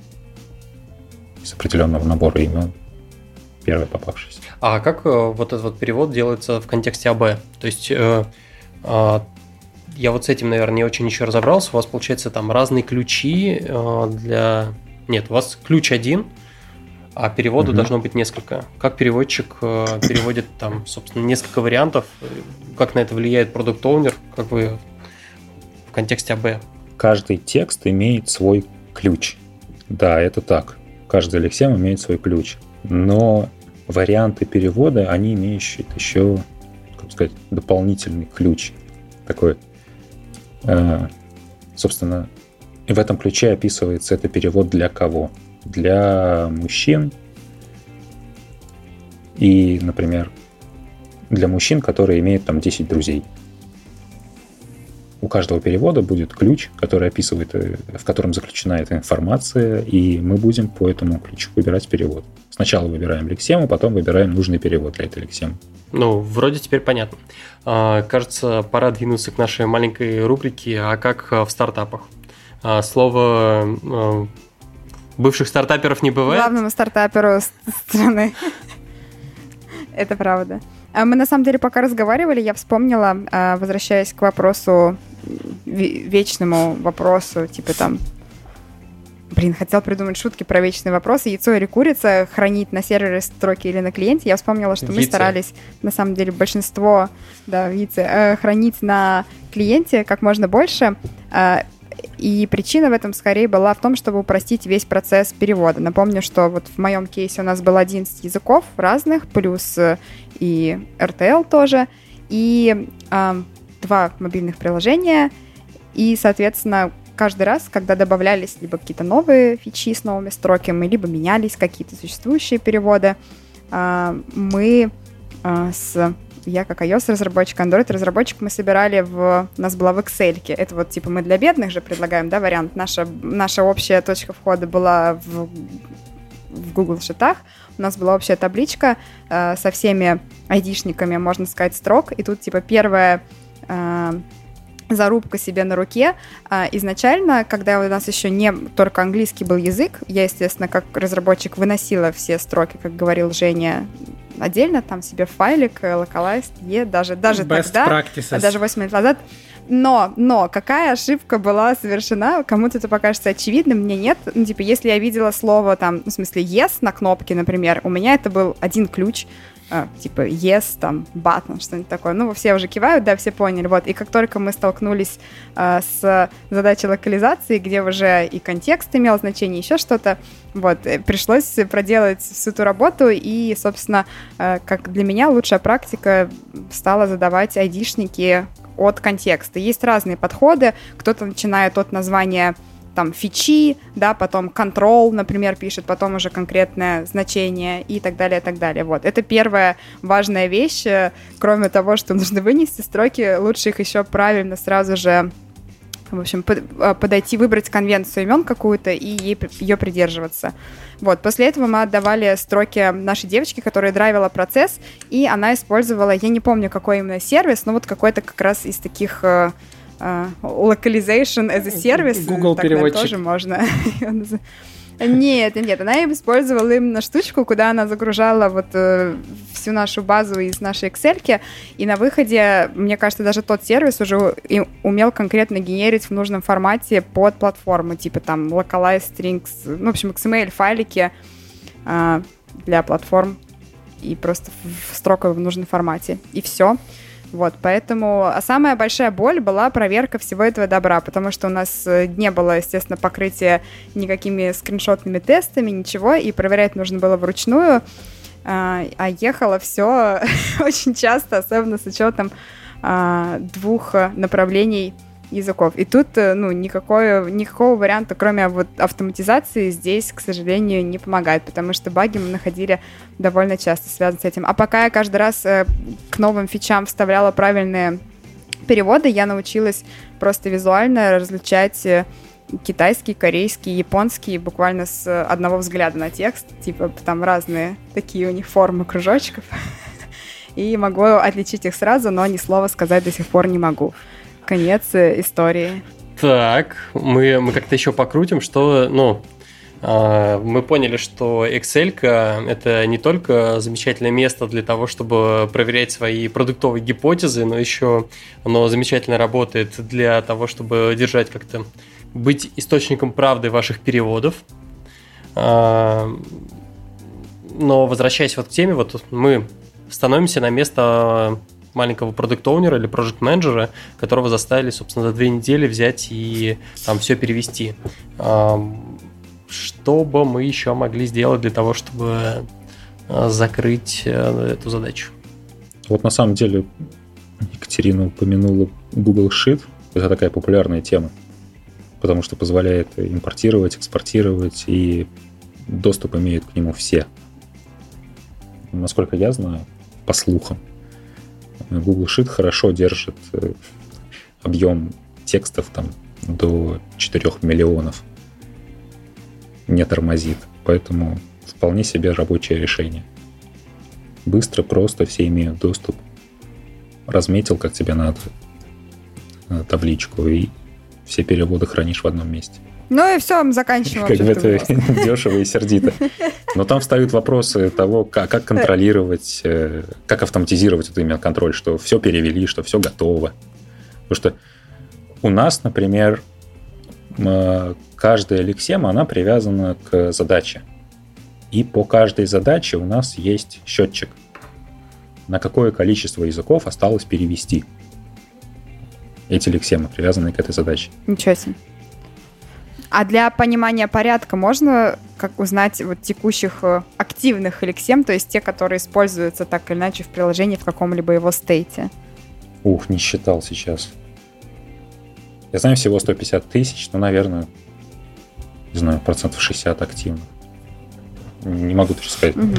из определенного набора имен первый попавшийся. А как вот этот вот перевод делается в контексте эй би? То есть э, э, я вот с этим, наверное, не очень еще разобрался. У вас, получается, там разные ключи э, для... Нет, у вас ключ один, а перевода mm-hmm. должно быть несколько. Как переводчик э, переводит там, собственно, несколько вариантов? Как на это влияет продукт-оунер? Как вы в контексте эй би? Каждый текст имеет свой ключ. Да, это так. Каждый лексем имеет свой ключ. Но варианты перевода, они имеют еще, как сказать, дополнительный ключ. Такой, э, собственно, в этом ключе описывается это перевод для кого? Для мужчин и, например, для мужчин, которые имеют там десять друзей. у каждого перевода будет ключ, который описывает, в котором заключена эта информация, и мы будем по этому ключу выбирать перевод. Сначала выбираем лексему, потом выбираем нужный перевод для этой лексемы. Ну, вроде теперь понятно. Кажется, пора двинуться к нашей маленькой рубрике «А как в стартапах?». Слово бывших стартаперов не бывает. Главному стартаперу страны. Это правда. Мы, на самом деле, пока разговаривали, я вспомнила, возвращаясь к вопросу, вечному вопросу, типа там, блин, хотел придумать шутки про вечные вопросы, яйцо или курица, хранить на сервере строки или на клиенте. Я вспомнила, что мы старались, на самом деле, большинство, да, яйца, хранить на клиенте как можно больше. И причина в этом скорее была в том, чтобы упростить весь процесс перевода. Напомню, что вот в моем кейсе у нас было одиннадцать языков разных, плюс и эр ти эл тоже, и э, два мобильных приложения, и, соответственно, каждый раз, когда добавлялись либо какие-то новые фичи с новыми строками, либо менялись какие-то существующие переводы, э, мы э, с... Я как iOS-разработчик, Android-разработчик, мы собирали в... У нас была в Excel. Это вот, типа, мы для бедных же предлагаем, да, вариант. Наша, наша общая точка входа была в, в Google Sheet'ах. У нас была общая табличка э, со всеми айдишниками, можно сказать, строк. И тут, типа, первая э, зарубка себе на руке. Э, изначально, когда у нас еще не только английский был язык, я, естественно, как разработчик выносила все строки, как говорил Женя, отдельно, там себе файлик, localized, е, даже, даже тогда, practices. Даже восемь лет назад. Но, но, какая ошибка была совершена, кому-то это покажется очевидным, мне нет. Ну, типа, если я видела слово, там, в смысле, yes на кнопке, например, у меня это был один ключ, Uh, типа yes, там, button, что-нибудь такое. Ну, все уже кивают, да, все поняли. Вот. И как только мы столкнулись uh, с задачей локализации, где уже и контекст имел значение, еще что-то, вот, пришлось проделать всю эту работу, и, собственно, uh, как для меня лучшая практика стала задавать айдишники от контекста. Есть разные подходы. Кто-то начинает от названия там фичи, да, потом control, например, пишет, потом уже конкретное значение и так далее, и так далее. Вот. Это первая важная вещь. Кроме того, что нужно вынести строки, лучше их еще правильно сразу же, в общем, подойти, выбрать конвенцию имен какую-то и ей, ее придерживаться. Вот. После этого мы отдавали строки нашей девочке, которая драйвила процесс, и она использовала, я не помню, какой именно сервис, но вот какой-то как раз из таких... Uh, localization as a service. Google переводчик. Тоже можно. Нет, нет, она использовала именно штучку, куда она загружала вот э, всю нашу базу из нашей Excel-ки, и на выходе, мне кажется, даже тот сервис уже умел конкретно генерить в нужном формате под платформу, типа там localized strings, ну, в общем, икс эм эль-файлики э, для платформ, и просто в строковый в нужном формате, и все. Вот, поэтому... А самая большая боль была проверка всего этого добра, потому что у нас не было, естественно, покрытия никакими скриншотными тестами, ничего, и проверять нужно было вручную, а, а ехало все очень часто, особенно с учетом а, двух направлений языков. И тут, ну, никакой, никакого варианта, кроме вот автоматизации, здесь, к сожалению, не помогает, потому что баги мы находили довольно часто связаны с этим. А пока я каждый раз э, к новым фичам вставляла правильные переводы, я научилась просто визуально различать китайский, корейский, японский буквально с одного взгляда на текст. Типа там разные такие у них формы кружочков. И могу отличить их сразу, но ни слова сказать до сих пор не могу. Конец истории. Так, мы, мы как-то еще покрутим, что, ну, э, мы поняли, что Excel-ка – это не только замечательное место для того, чтобы проверять свои продуктовые гипотезы, но еще оно замечательно работает для того, чтобы держать как-то, быть источником правды ваших переводов. Э, но возвращаясь вот к теме, вот мы становимся на место маленького продукт-оунера или проект-менеджера, которого заставили, собственно, за две недели взять и там все перевести. Что бы мы еще могли сделать для того, чтобы закрыть эту задачу? Вот на самом деле Екатерина упомянула Google Sheet. Это такая популярная тема, потому что позволяет импортировать, экспортировать, и доступ имеют к нему все. Насколько я знаю, по слухам, Google Sheet хорошо держит объем текстов там до четырёх миллионов не тормозит. Поэтому вполне себе рабочее решение. Быстро, просто, все имеют доступ. Разметил, как тебе надо, табличку, и все переводы хранишь в одном месте. Ну и все, мы заканчиваем. Как бы это дешево и сердито. Но там встают вопросы того, как, как контролировать, как автоматизировать вот именно контроль, что все перевели, что все готово. Потому что у нас, например, каждая лексема, она привязана к задаче. И по каждой задаче у нас есть счетчик, на какое количество языков осталось перевести эти лексемы, привязанные к этой задаче. Ничего себе. А для понимания порядка можно как узнать вот текущих активных лексем, то есть те, которые используются так или иначе в приложении в каком-либо его стейте? Ух, не считал сейчас. Я знаю всего сто пятьдесят тысяч, но, наверное, не знаю, процентов шестьдесят активно. Не могу точно сказать. Угу.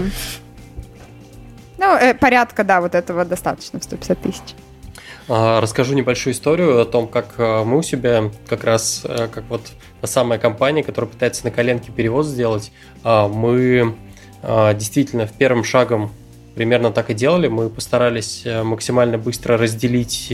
Ну, э, порядка, да, вот этого достаточно в сто пятьдесят тысяч. Расскажу небольшую историю о том, как мы у себя, как раз как вот та самая компания, которая пытается на коленке перевод сделать, мы действительно в первым шагом примерно так и делали. Мы постарались максимально быстро разделить,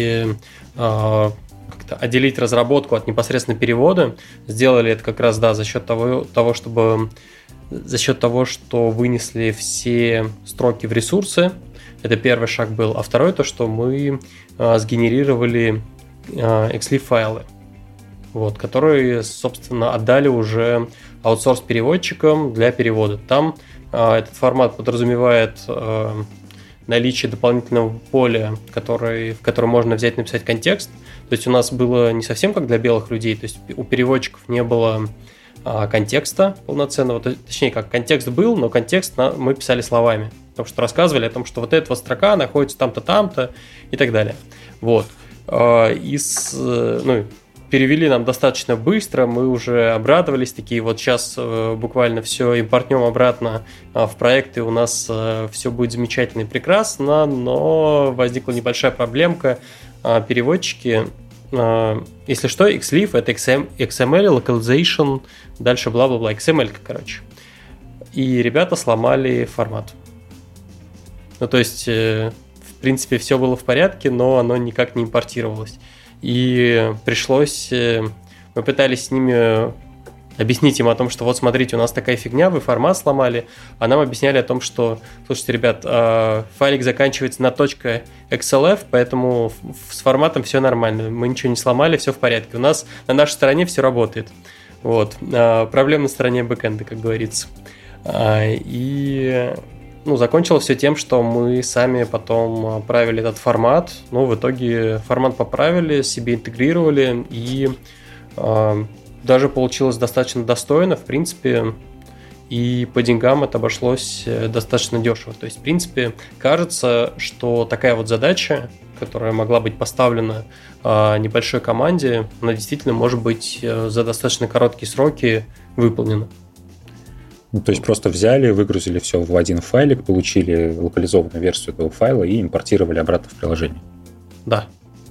как-то отделить разработку от непосредственно перевода. Сделали это как раз, да, за счет того, того, чтобы за счет того, что вынесли все строки в ресурсы. Это первый шаг был. А второй то, что мы а, сгенерировали а, икс эл ай файлы, вот, которые, собственно, отдали уже аутсорс-переводчикам для перевода. Там а, этот формат подразумевает а, наличие дополнительного поля, который, в котором можно взять и написать контекст. То есть у нас было не совсем как для белых людей, то есть у переводчиков не было а, контекста полноценного, точнее, как контекст был, но контекст на, мы писали словами. Потому что рассказывали о том, что вот эта вот строка находится там-то, там-то и так далее. Вот. И с, ну, перевели нам достаточно быстро, мы уже обрадовались, такие вот сейчас буквально все импортнем обратно в проект, и у нас все будет замечательно и прекрасно, но возникла небольшая проблемка. Переводчики, если что, икс эл ай эф это икс эм эл, localization, дальше бла-бла-бла, икс эм эль, короче. И ребята сломали формат. Ну, то есть, э, в принципе, все было в порядке, но оно никак не импортировалось. И пришлось... Э, мы пытались с ними объяснить им о том, что вот смотрите, у нас такая фигня, вы формат сломали, а нам объясняли о том, что, слушайте, ребят, э, файлик заканчивается на .xlf, поэтому с форматом все нормально, мы ничего не сломали, все в порядке. У нас на нашей стороне все работает. Вот. Э, проблема на стороне бэкэнда, как говорится. Э, и... Ну, закончилось все тем, что мы сами потом правили этот формат. Ну, в итоге формат поправили, себе интегрировали, и э, даже получилось достаточно достойно, в принципе, и по деньгам это обошлось достаточно дешево. То есть, в принципе, кажется, что такая вот задача, которая могла быть поставлена э, небольшой команде, она действительно может быть э, за достаточно короткие сроки выполнена. Ну, то есть просто взяли, выгрузили все в один файлик, получили локализованную версию этого файла и импортировали обратно в приложение. Да.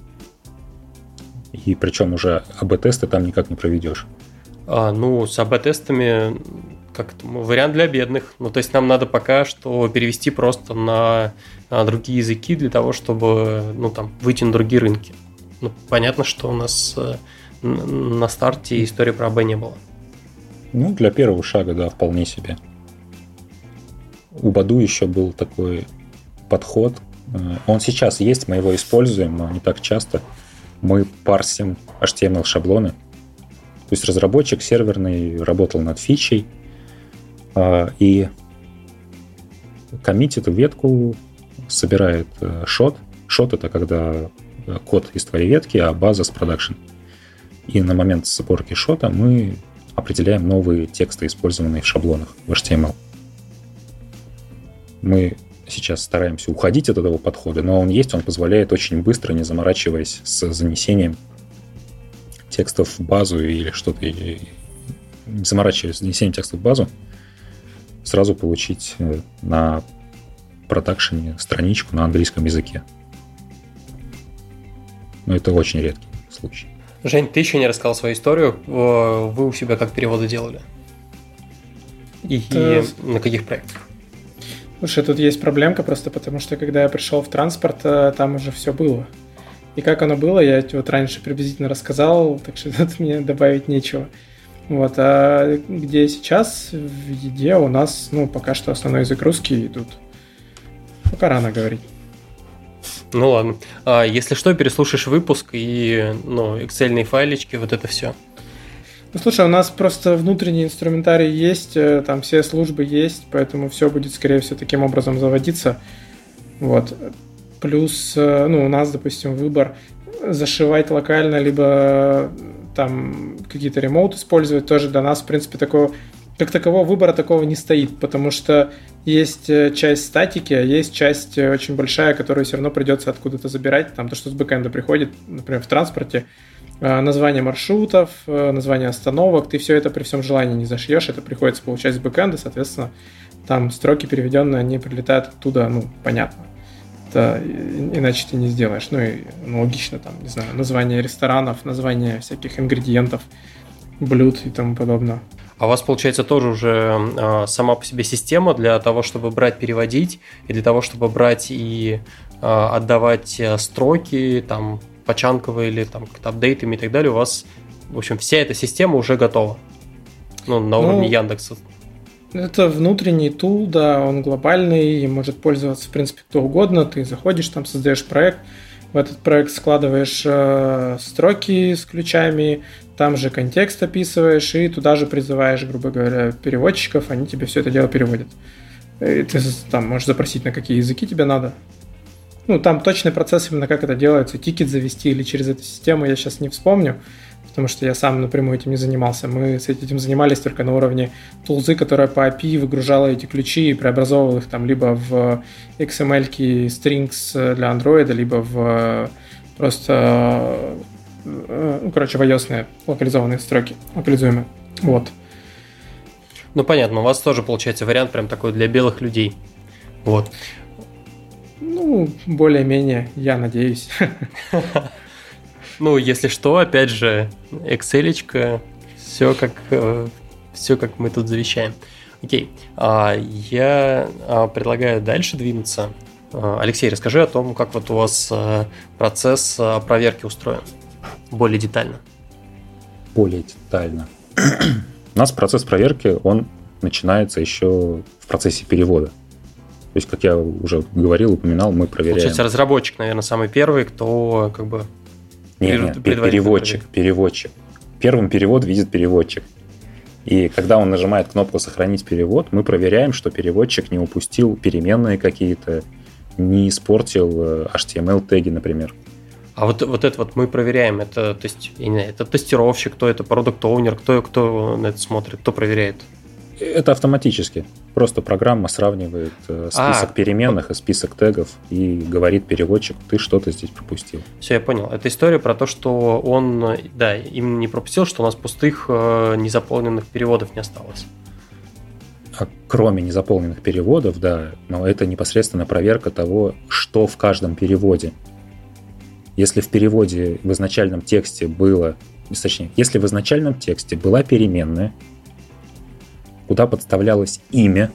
И причем уже эй би-тесты там никак не проведешь. А, ну, с эй би-тестами как-то вариант для бедных. Ну, то есть нам надо пока что перевести просто на, на другие языки для того, чтобы, ну, там, выйти на другие рынки. Ну, понятно, что у нас на старте истории про эй би не было. Ну, для первого шага, да, вполне себе. У Баду еще был такой подход. Он сейчас есть, мы его используем, но не так часто. Мы парсим эйч ти эм эл-шаблоны. То есть разработчик серверный работал над фичей и коммитит ветку, собирает шот. Шот — это когда код из твоей ветки, а база с продакшн. И на момент сборки шота мы определяем новые тексты, использованные в шаблонах в эйч ти эм эл. Мы сейчас стараемся уходить от этого подхода, но он есть, он позволяет очень быстро, не заморачиваясь с занесением текстов в базу или что-то, или не заморачиваясь с занесением текстов в базу, сразу получить на продакшене страничку на английском языке. Но это очень редкий случай. Жень, ты еще не рассказал свою историю. Вы у себя как переводы делали? И, Это... и на каких проектах? Слушай, тут есть проблемка просто потому, что когда я пришел в транспорт, там уже все было. И как оно было, я вот раньше приблизительно рассказал, так что тут мне добавить нечего. Вот, а где сейчас в еде у нас, ну, пока что основной язык русский, и тут пока рано говорить. Ну ладно. А если что, переслушаешь выпуск и, ну, эксельные файлички, вот это все. Ну, слушай, у нас просто внутренний инструментарий есть, там все службы есть, поэтому все будет, скорее всего, таким образом заводиться. Вот. Плюс, ну, у нас, допустим, выбор зашивать локально, либо там какие-то ремоут использовать, тоже для нас, в принципе, такого, как такового выбора такого не стоит, потому что есть часть статики, а есть часть очень большая, которую все равно придется откуда-то забирать, там то, что с бэкэнда приходит, например, в транспорте, название маршрутов, название остановок, ты все это при всем желании не зашьешь, это приходится получать с бэкэнда, соответственно, там строки переведенные, они прилетают оттуда, ну, понятно. Это иначе ты не сделаешь. Ну, и ну, логично, там, не знаю, название ресторанов, название всяких ингредиентов, блюд и тому подобное. А у вас, получается, тоже уже э, сама по себе система для того, чтобы брать, переводить, и для того, чтобы брать и э, отдавать строки, там, почанковые или там как-то апдейтами и так далее, у вас, в общем, вся эта система уже готова. Ну, на уровне ну, Яндекса. Это внутренний тул, да, он глобальный, и может пользоваться, в принципе, кто угодно. Ты заходишь, там создаешь проект, в этот проект складываешь э, строки с ключами, там же контекст описываешь, и туда же призываешь, грубо говоря, переводчиков, они тебе все это дело переводят. И ты там можешь запросить, на какие языки тебе надо. Ну, там точный процесс, именно как это делается, тикет завести или через эту систему, я сейчас не вспомню, потому что я сам напрямую этим не занимался. Мы с этим занимались только на уровне тулзы, которая по эй пи ай выгружала эти ключи и преобразовывала их там либо в икс эм эль-ки strings для Android, либо в просто, ну, короче, в iOS-ные локализованные строки, локализуемые. Вот. Ну, понятно, у вас тоже получается вариант прям такой для белых людей. Вот. Ну, более-менее, я надеюсь. Ну, если что, опять же, Excel-очка, все как, все как мы тут завещаем. Окей, я предлагаю дальше двинуться. Алексей, расскажи о том, как вот у вас процесс проверки устроен, более детально. Более детально. У нас процесс проверки, он начинается еще в процессе перевода. То есть, как я уже говорил, упоминал, мы проверяем. Получается, разработчик, наверное, самый первый, кто как бы... Нет, нет, переводчик, переводчик. Первым перевод видит переводчик. И когда он нажимает кнопку «Сохранить перевод», мы проверяем, что переводчик не упустил переменные какие-то, не испортил эйч ти эм эл-теги, например. А вот, вот это вот мы проверяем, это, то есть, я не знаю, это тестировщик, кто это, продукт-оунер, кто, кто на это смотрит, кто проверяет? Это автоматически. Просто программа сравнивает список а, переменных и список тегов и говорит переводчику, ты что-то здесь пропустил. Все, я понял. Это история про то, что он, да, именно не пропустил, что у нас пустых незаполненных переводов не осталось. А кроме незаполненных переводов, да, но это непосредственно проверка того, что в каждом переводе. Если в переводе в изначальном тексте было, точнее, если в изначальном тексте была переменная, куда подставлялось имя,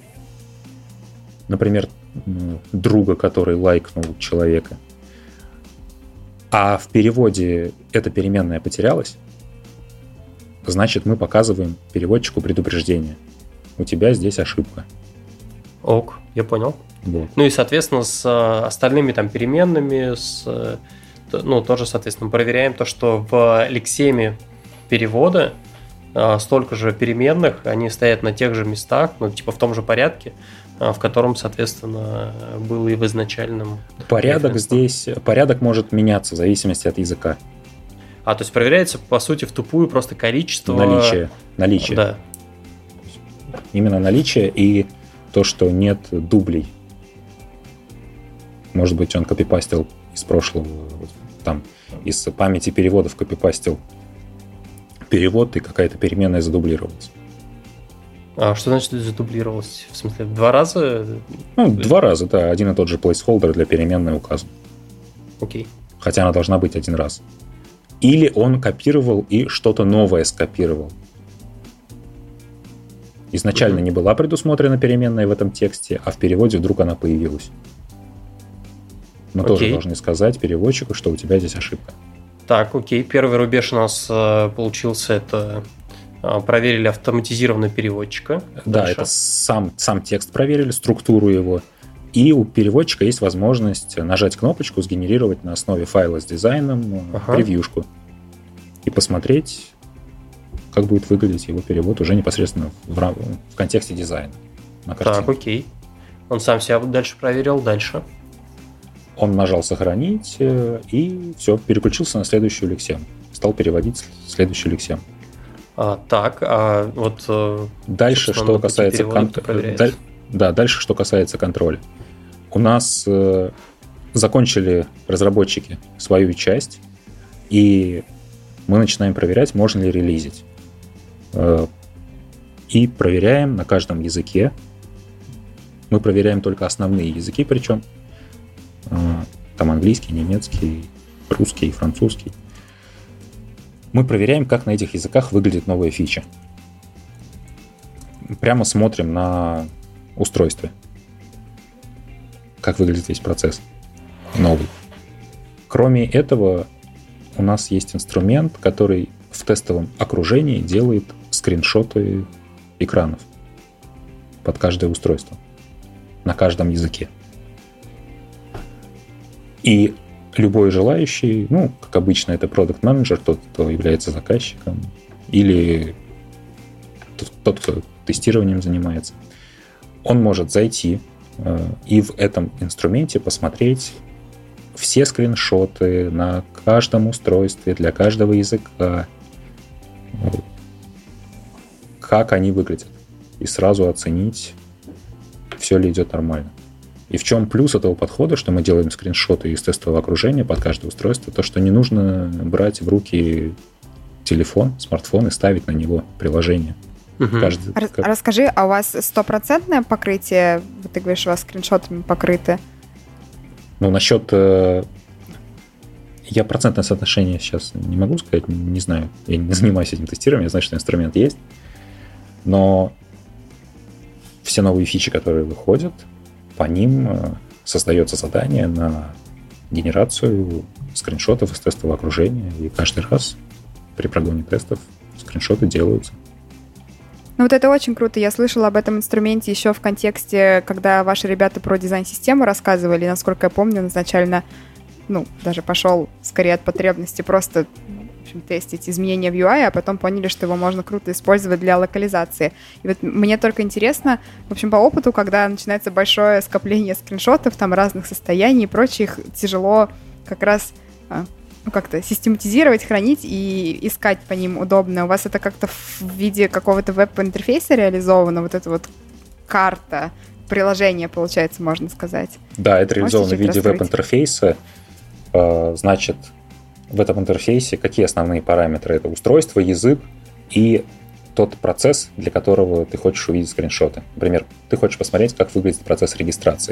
например, друга, который лайкнул человека, а в переводе эта переменная потерялась, значит, мы показываем переводчику предупреждение. У тебя здесь ошибка. Ок, я понял. Вот. Ну и, соответственно, с остальными там переменными, с, ну, тоже, соответственно, проверяем то, что в лексеме перевода столько же переменных, они стоят на тех же местах, ну, типа в том же порядке, в котором, соответственно, был и в изначальном. Порядок здесь, порядок может меняться в зависимости от языка. А, то есть проверяется, по сути, в тупую просто количество... Наличие. Наличие. Да. Именно наличие и то, что нет дублей. Может быть, он копипастил из прошлого, там, из памяти переводов копипастил перевод, и какая-то переменная задублировалась. А что значит задублировалась? В смысле, в два раза? Ну, два раза, да. Один и тот же placeholder для переменной указан. Окей. Хотя она должна быть один раз. или он копировал и что-то новое скопировал. Изначально mm-hmm. не была предусмотрена переменная в этом тексте, а в переводе вдруг она появилась. Мы okay. тоже должны сказать переводчику, что у тебя здесь ошибка. Так, окей. Первый рубеж у нас э, получился, это э, проверили автоматизированного переводчика. Да, Дальше. это сам, сам текст проверили, структуру его. И у переводчика есть возможность нажать кнопочку, сгенерировать на основе файла с дизайном ага. превьюшку и посмотреть, как будет выглядеть его перевод уже непосредственно в, в контексте дизайна. На картине. Так, окей. Он сам себя дальше проверил, дальше. Он нажал «Сохранить» и все, переключился на следующую лексему. Стал переводить следующую лексему. А, так, а вот... Дальше, что касается... Кон... Даль... Да, дальше, что касается контроля. У нас э, закончили разработчики свою часть, и мы начинаем проверять, можно ли релизить. Э, и проверяем на каждом языке. Мы проверяем только основные языки, причем. Там английский, немецкий, русский, французский. Мы проверяем, как на этих языках выглядит новая фича. Прямо смотрим на устройстве, как выглядит весь процесс новый. Кроме этого, у нас есть инструмент, который в тестовом окружении делает скриншоты экранов под каждое устройство на каждом языке. И любой желающий, ну, как обычно, это продакт-менеджер, тот, кто является заказчиком, или тот, кто тестированием занимается, он может зайти э, и в этом инструменте посмотреть все скриншоты на каждом устройстве для каждого языка, как они выглядят, и сразу оценить, все ли идет нормально. И в чем плюс этого подхода, что мы делаем скриншоты из тестового окружения под каждое устройство, то, что не нужно брать в руки телефон, смартфон и ставить на него приложение. Угу. Каждый... Рас- расскажи, а у вас стопроцентное покрытие? Вот ты говоришь, у вас скриншотами покрыты. Ну, насчет... Э, я процентное соотношение сейчас не могу сказать, не знаю. Я не занимаюсь этим тестированием, я знаю, что инструмент есть. Но все новые фичи, которые выходят, по ним создается задание на генерацию скриншотов из тестового окружения. И каждый раз при прогоне тестов скриншоты делаются. Ну вот это очень круто. Я слышала об этом инструменте еще в контексте, когда ваши ребята про дизайн-систему рассказывали. Насколько я помню, изначально, ну, даже пошел скорее от потребности просто в общем, тестить изменения в ю ай, а потом поняли, что его можно круто использовать для локализации. И вот мне только интересно, в общем, по опыту, когда начинается большое скопление скриншотов, там разных состояний и прочее, их тяжело как раз ну, как-то систематизировать, хранить и искать по ним удобно. У вас это как-то в виде какого-то веб-интерфейса реализовано, вот эта вот карта, приложение, получается, можно сказать. Да, это реализовано в виде веб-интерфейса. Значит, в этом интерфейсе какие основные параметры? Это устройство, язык и тот процесс, для которого ты хочешь увидеть скриншоты. Например, ты хочешь посмотреть, как выглядит процесс регистрации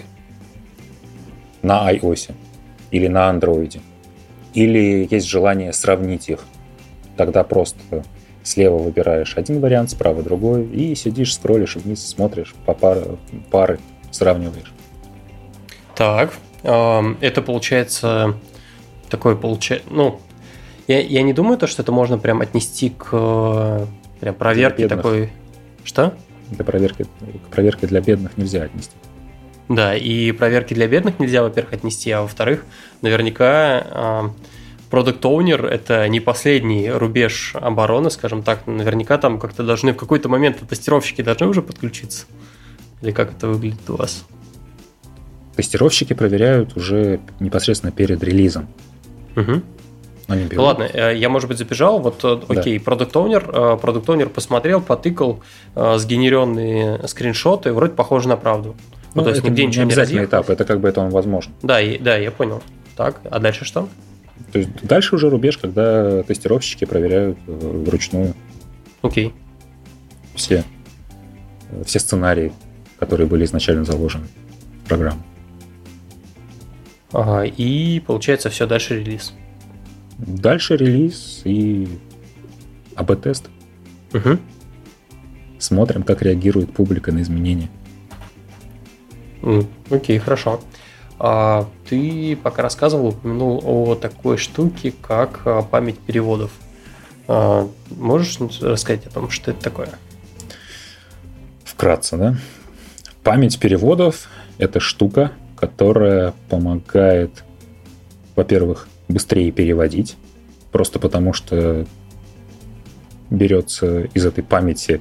на iOS или на Android. Или есть желание сравнить их. Тогда просто слева выбираешь один вариант, справа другой, и сидишь, скроллишь вниз, смотришь, по пары, пары сравниваешь. Так, это получается... Такой получается, ну, я, я не думаю, то, что это можно прям отнести к прям проверке такой. Что? Для проверки, к проверке для бедных нельзя отнести. Да, и проверки для бедных нельзя, во-первых, отнести, а во-вторых, наверняка Product Owner — это не последний рубеж обороны, скажем так, наверняка там как-то должны в какой-то момент тестировщики должны уже подключиться. Или как это выглядит у вас? Тестировщики проверяют уже непосредственно перед релизом. Угу. Ну ладно, я, может быть, забежал. Вот, окей, да. Product Owner, Product Owner посмотрел, потыкал сгенеренные скриншоты, вроде похоже на правду. Ну, ну, то есть нигде не ничего не обязательный этап, это как бы это он возможен. Да, и, да, я понял. Так, а дальше что? То есть дальше уже рубеж, когда тестировщики проверяют вручную. Окей. Все, все сценарии, которые были изначально заложены в программу. Ага, и получается все дальше релиз. Дальше релиз и эй би-тест. Угу. Смотрим, как реагирует публика на изменения. Mm, окей, хорошо. А, ты пока рассказывал, упомянул о такой штуке, как а, память переводов. А, можешь рассказать о том, что это такое? Вкратце, да? Память переводов — это штука, которая помогает, во-первых, быстрее переводить, просто потому что берется из этой памяти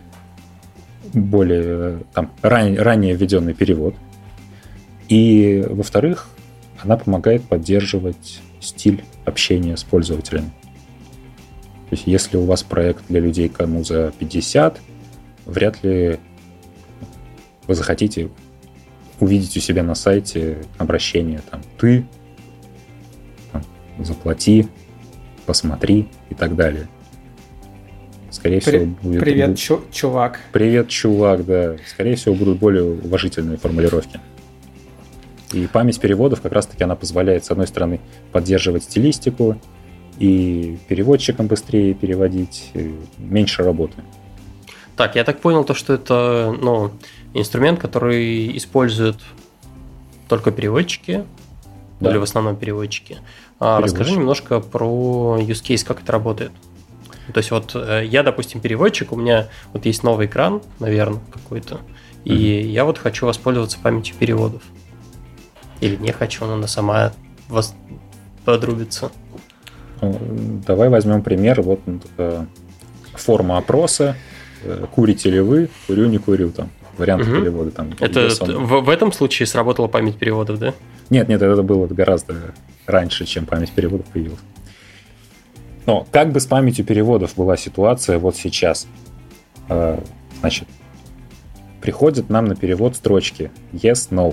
более там, ран, ранее введенный перевод. И, во-вторых, она помогает поддерживать стиль общения с пользователями. То есть, если у вас проект для людей, кому за пятьдесят, вряд ли вы захотите увидеть у себя на сайте обращение там «ты», там, «заплати», «посмотри» и так далее. Скорее При, всего, будет... Привет, будет, чу, чувак. Привет, чувак, да. Скорее всего, будут более уважительные формулировки. И память переводов как раз-таки она позволяет, с одной стороны, поддерживать стилистику, и переводчикам быстрее переводить, меньше работы. Так, я так понял, то, что это ну, инструмент, который используют только переводчики, да. Или в основном переводчики. А расскажи немножко про use case, как это работает. То есть вот я, допустим, переводчик, у меня вот есть новый экран, наверное, какой-то, и mm-hmm. я вот хочу воспользоваться памятью переводов. Или не хочу, но она сама вас подрубится. Давай возьмем пример. Вот форма опроса. Курите ли вы? Курю, не курю. Там варианты угу. перевода. Там, это в, в этом случае сработала память переводов, да? Нет, нет, это было гораздо раньше, чем память переводов появилась. Но как бы с памятью переводов была ситуация вот сейчас? Значит, приходит нам на перевод строчки yes, no.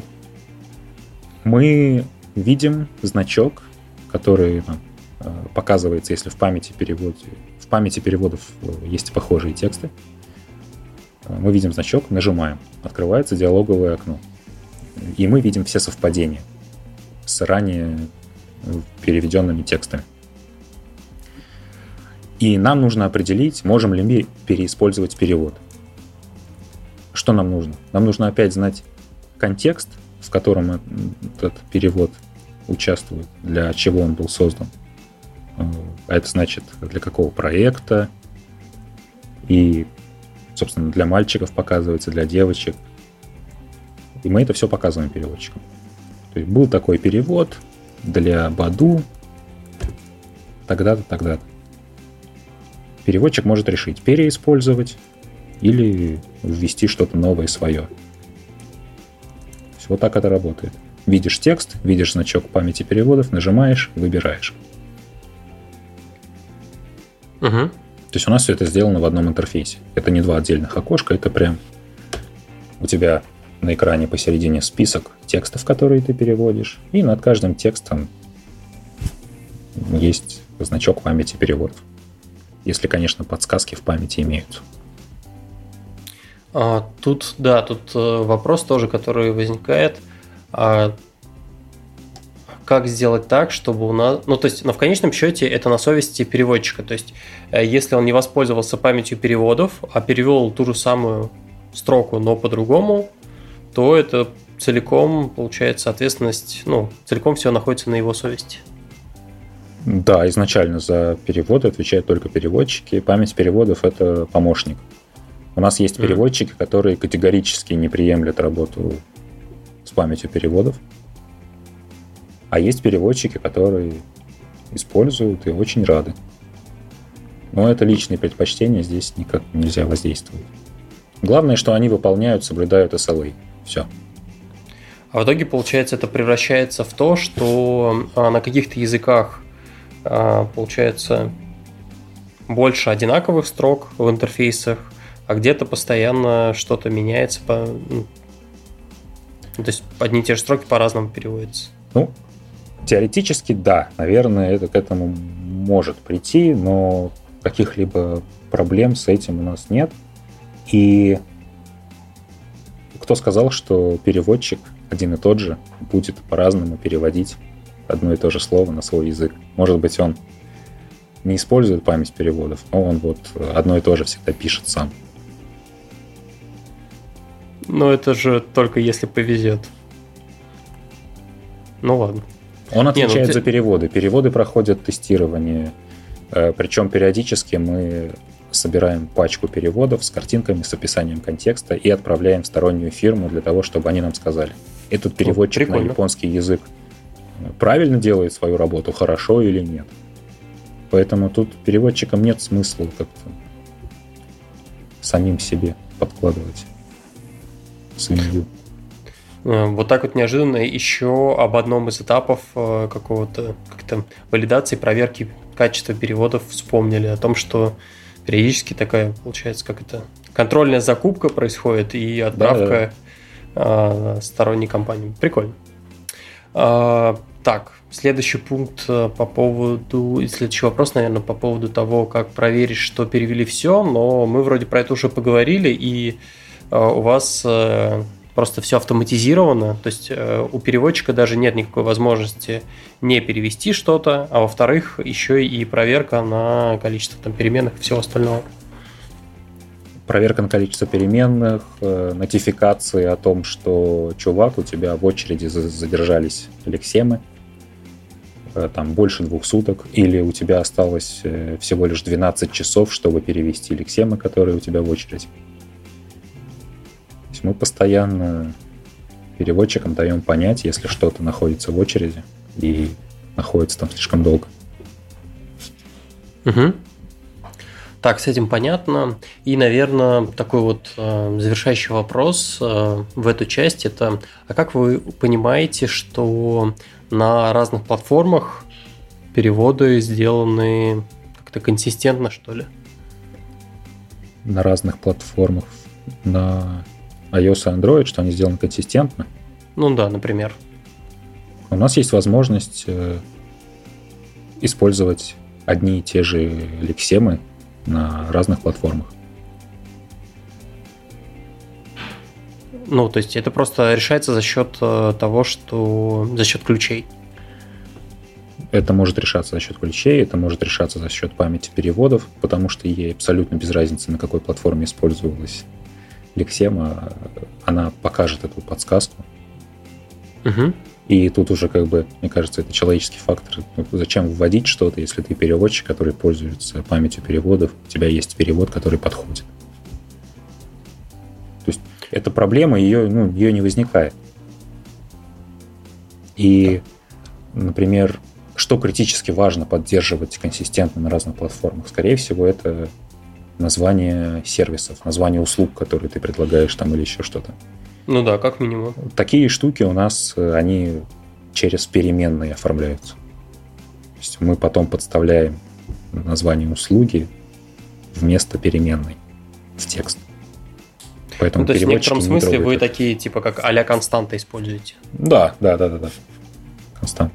Мы видим значок, который нам показывается, если в памяти переводе, в памяти переводов есть похожие тексты. Мы видим значок, нажимаем, открывается диалоговое окно. И мы видим все совпадения с ранее переведенными текстами. И нам нужно определить, можем ли мы переиспользовать перевод. Что нам нужно? Нам нужно опять знать контекст, в котором этот перевод участвует, для чего он был создан. А это значит, для какого проекта. И, собственно, для мальчиков показывается, для девочек. И мы это все показываем переводчикам. То есть был такой перевод для Баду тогда-то, тогда-то. Переводчик может решить переиспользовать или ввести что-то новое свое. Вот так это работает. Видишь текст, видишь значок памяти переводов, нажимаешь, выбираешь. Угу. То есть у нас все это сделано в одном интерфейсе. Это не два отдельных окошка, это прям у тебя на экране посередине список текстов, которые ты переводишь, и над каждым текстом есть значок памяти переводов. Если, конечно, подсказки в памяти имеются. А, тут, да, тут вопрос тоже, который возникает. А, как сделать так, чтобы у нас... Ну, то есть, но в конечном счете это на совести переводчика. То есть, если он не воспользовался памятью переводов, а перевел ту же самую строку, но по-другому, то это целиком, получается, ответственность, ну, целиком все находится на его совести. Да, изначально за переводы отвечают только переводчики. Память переводов — это помощник. У нас есть переводчики, mm-hmm. которые категорически не приемлят работу с памятью переводов. А есть переводчики, которые используют и очень рады. Но это личные предпочтения, здесь никак нельзя воздействовать. Главное, что они выполняют, соблюдают эс эл эй. Все. А в итоге, получается, это превращается в то, что на каких-то языках получается больше одинаковых строк в интерфейсах, а где-то постоянно что-то меняется. По... Ну, то есть одни и те же строки по-разному переводятся. Ну, теоретически, да. Наверное, это к этому может прийти, но каких-либо проблем с этим у нас нет. И кто сказал, что переводчик один и тот же будет по-разному переводить одно и то же слово на свой язык. Может быть, он не использует память переводов, но он вот одно и то же всегда пишет сам. Но это же только если повезет. Ну ладно. Он отвечает Не, ну, за переводы. Переводы проходят тестирование. Причем периодически мы собираем пачку переводов с картинками, с описанием контекста и отправляем в стороннюю фирму для того, чтобы они нам сказали, этот переводчик на японский язык правильно делает свою работу, хорошо или нет. Поэтому тут переводчикам нет смысла как-то самим себе подкладывать свинью. Вот так вот неожиданно еще об одном из этапов какого-то как-то валидации, проверки качества переводов вспомнили. О том, что периодически такая, получается, как это контрольная закупка происходит и отправка да, да. сторонней компании. Прикольно. А, так, следующий пункт по поводу... Следующий вопрос, наверное, по поводу того, как проверить, что перевели все, но мы вроде про это уже поговорили, и а, у вас... А, просто все автоматизировано, то есть э, у переводчика даже нет никакой возможности не перевести что-то, а во-вторых, еще и проверка на количество там, переменных и всего остального. Проверка на количество переменных, э, нотификации о том, что, чувак, у тебя в очереди задержались лексемы, э, там больше двух суток, или у тебя осталось э, всего лишь двенадцать часов, чтобы перевести лексемы, которые у тебя в очереди. Мы постоянно переводчикам даем понять, если что-то находится в очереди и находится там слишком долго. Угу. Так, с этим понятно. И, наверное, такой вот э, завершающий вопрос э, в эту часть – это, а как вы понимаете, что на разных платформах переводы сделаны как-то консистентно, что ли? На разных платформах, на iOS и Android, что они сделаны консистентно? Ну да, например. У нас есть возможность э, использовать одни и те же лексемы на разных платформах. Ну, то есть это просто решается за счет того, что... за счет ключей. Это может решаться за счет ключей, это может решаться за счет памяти переводов, потому что ей абсолютно без разницы, на какой платформе использовалась лексема, она покажет эту подсказку. Угу. И тут уже, как бы, мне кажется, это человеческий фактор. Зачем вводить что-то, если ты переводчик, который пользуется памятью переводов, у тебя есть перевод, который подходит. То есть эта проблема, ее, ну, ее не возникает. И, например, что критически важно поддерживать консистентно на разных платформах? Скорее всего, это название сервисов, название услуг, которые ты предлагаешь там или еще что-то. Ну да, как минимум. Такие штуки у нас, они через переменные оформляются. То есть мы потом подставляем название услуги вместо переменной в текст. Поэтому ну, то есть в некотором смысле вы это. такие, типа, как а-ля константы используете? Да, да, да, да, да. Констант.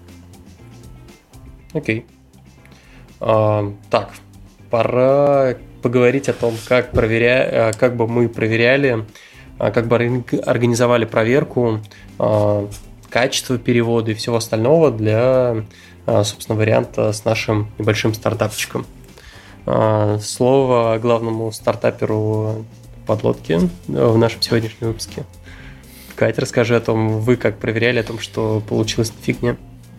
Окей. А, так, пора поговорить о том, как, проверя... как бы мы проверяли, как бы организовали проверку качества перевода и всего остального для, собственно, варианта с нашим небольшим стартапчиком. Слово главному стартаперу подлодки в нашем сегодняшнем выпуске. Катя, расскажи о том, вы как проверяли, о том, что получилось на фигне.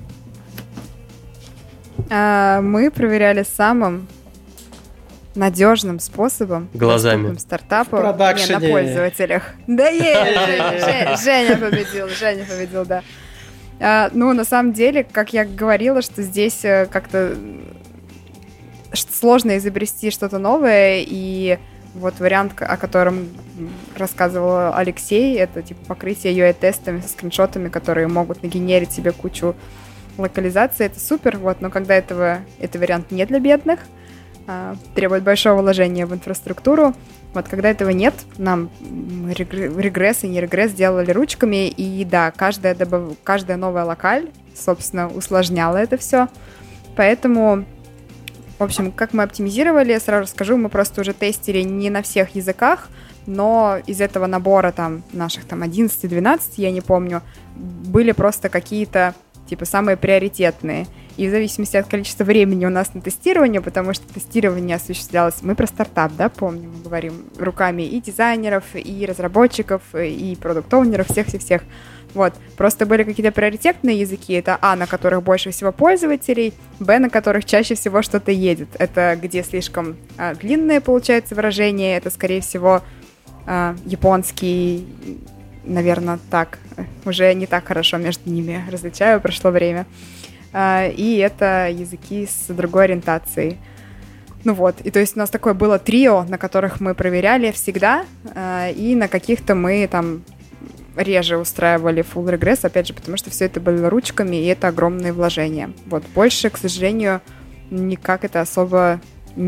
Мы проверяли самым надежным способом, глазами стартапу не на пользователях. Да есть! Женя победил, Женя победил, да. А, ну, на самом деле, как я говорила, что здесь как-то сложно изобрести что-то новое, и вот вариант, о котором рассказывал Алексей, это типа покрытие ю ай-тестами со скриншотами, которые могут нагенерить себе кучу локализаций, это супер, вот, но когда этого, это вариант не для бедных, требует большого вложения в инфраструктуру. Вот когда этого нет, нам регресс и не регресс делали ручками, и да, каждая, добав... каждая новая локаль, собственно, усложняла это все. Поэтому, в общем, как мы оптимизировали, сразу расскажу, мы просто уже тестили не на всех языках, но из этого набора там наших там одиннадцать-двенадцать, я не помню, были просто какие-то типа самые приоритетные. И в зависимости от количества времени у нас на тестирование, потому что тестирование осуществлялось, мы про стартап, да, помним, мы говорим, руками и дизайнеров, и разработчиков, и продукт-оунеров, всех-всех-всех. Вот. Просто были какие-то приоритетные языки, это А, на которых больше всего пользователей, Б, на которых чаще всего что-то едет. Это где слишком а, длинное, получается, выражение, это, скорее всего, а, японский, наверное, так, уже не так хорошо между ними различаю, прошло время. И это языки с другой ориентацией. Ну вот, и то есть у нас такое было трио, на которых мы проверяли всегда, и на каких-то мы там реже устраивали full регресс, опять же, потому что все это было ручками, и это огромные вложения. Вот, больше, к сожалению, никак это особо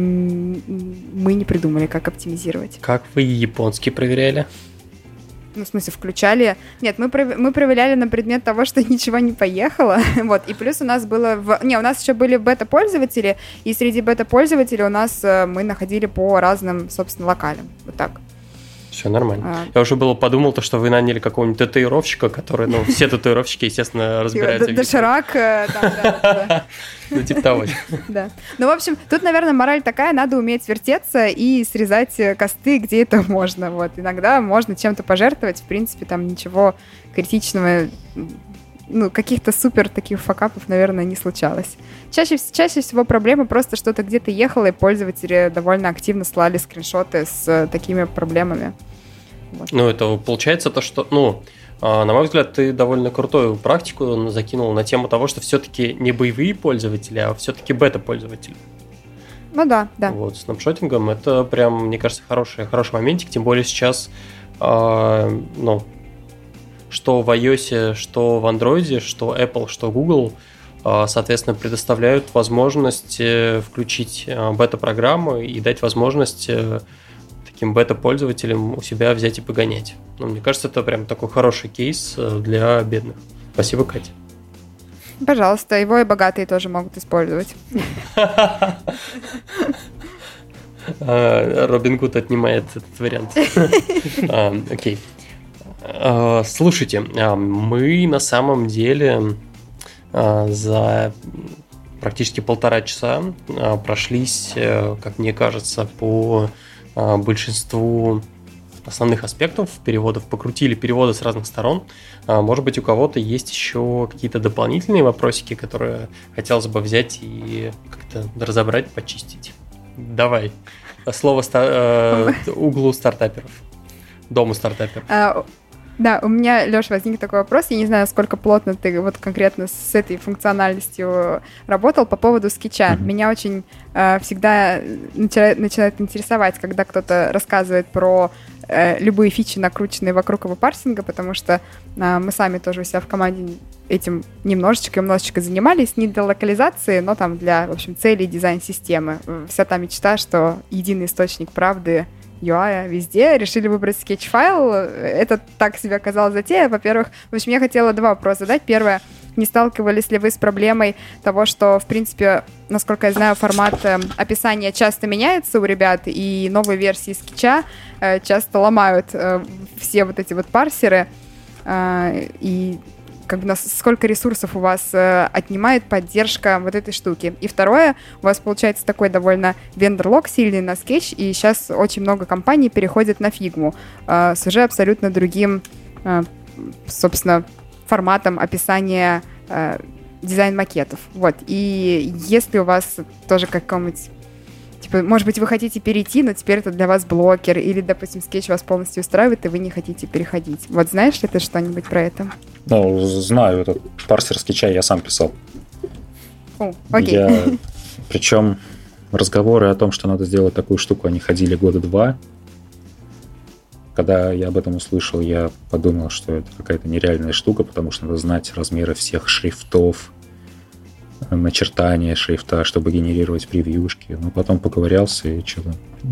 мы не придумали, как оптимизировать. Как вы японский проверяли? Ну, в смысле, включали... Нет, мы, пров... мы проверяли на предмет того, что ничего не поехало. Вот. И плюс у нас было... В... Не, у нас еще были бета-пользователи, и среди бета-пользователей у нас мы находили по разным, собственно, локалям. Вот так. Все нормально. А... Я уже было подумал, то, что вы наняли какого-нибудь татуировщика, который... Ну, все татуировщики, естественно, разбираются. Доширак, да. Ну, типа того. Да. Ну, в общем, тут, наверное, мораль такая, надо уметь вертеться и срезать косты, где это можно. Вот. Иногда можно чем-то пожертвовать, в принципе, там ничего критичного, ну, каких-то супер таких факапов, наверное, не случалось. Чаще, чаще всего проблема просто что-то где-то ехало, и пользователи довольно активно слали скриншоты с такими проблемами. Вот. Ну, это получается то, что, ну, на мой взгляд, ты довольно крутую практику закинул на тему того, что все-таки не боевые пользователи, а все-таки бета-пользователи. Ну да, да. Вот, снапшотингом это прям, мне кажется, хороший, хороший моментик, тем более сейчас, э, ну, что в iOS, что в Android, что Apple, что Google, э, соответственно, предоставляют возможность включить бета-программу и дать возможность э, таким бета-пользователям у себя взять и погонять. Ну, мне кажется, это прям такой хороший кейс для бедных. Спасибо, Катя. Пожалуйста, его и богатые тоже могут использовать. Робин Гуд отнимает этот вариант. Окей. Слушайте, мы на самом деле за практически полтора часа прошлись, как мне кажется, по большинству основных аспектов переводов, покрутили переводы с разных сторон. Может быть, у кого-то есть еще какие-то дополнительные вопросики, которые хотелось бы взять и как-то разобрать, почистить. Давай. Слово ста- э, углу стартаперов. Дому стартаперов. А, да, у меня, Леша, возник такой вопрос. Я не знаю, насколько плотно ты вот конкретно с этой функциональностью работал по поводу скетча. Mm-hmm. Меня очень э, всегда начинает, начинает интересовать, когда кто-то рассказывает про э, любые фичи, накрученные вокруг его парсинга, потому что э, мы сами тоже у себя в команде этим немножечко, немножечко занимались, не для локализации, но там для, в общем, целей дизайн-системы. Вся та мечта, что единый источник правды ю ай везде, решили выбрать скетч-файл. Это так себе оказалось затея. Во-первых, в общем, я хотела два вопроса задать. Первое, не сталкивались ли вы с проблемой того, что, в принципе, насколько я знаю, формат э, описания часто меняется у ребят, и новые версии скетча э, часто ломают э, все вот эти вот парсеры, э, и как бы сколько ресурсов у вас э, отнимает поддержка вот этой штуки. И второе, у вас получается такой довольно вендор-лок сильный на Sketch, и сейчас очень много компаний переходят на Figma э, с уже абсолютно другим, э, собственно, форматом описания э, дизайн-макетов. Вот. И если у вас тоже какой-нибудь, типа, может быть, вы хотите перейти, но теперь это для вас блокер, или, допустим, Sketch вас полностью устраивает, и вы не хотите переходить. Вот знаешь ли ты что-нибудь про это? Ну, знаю, этот парсер скетча я сам писал. О, окей. Я... Причем разговоры о том, что надо сделать такую штуку, они ходили года два. Когда я об этом услышал, я подумал, что это какая-то нереальная штука, потому что надо знать размеры всех шрифтов, начертания шрифта, чтобы генерировать превьюшки. Но потом поковырялся и что-то...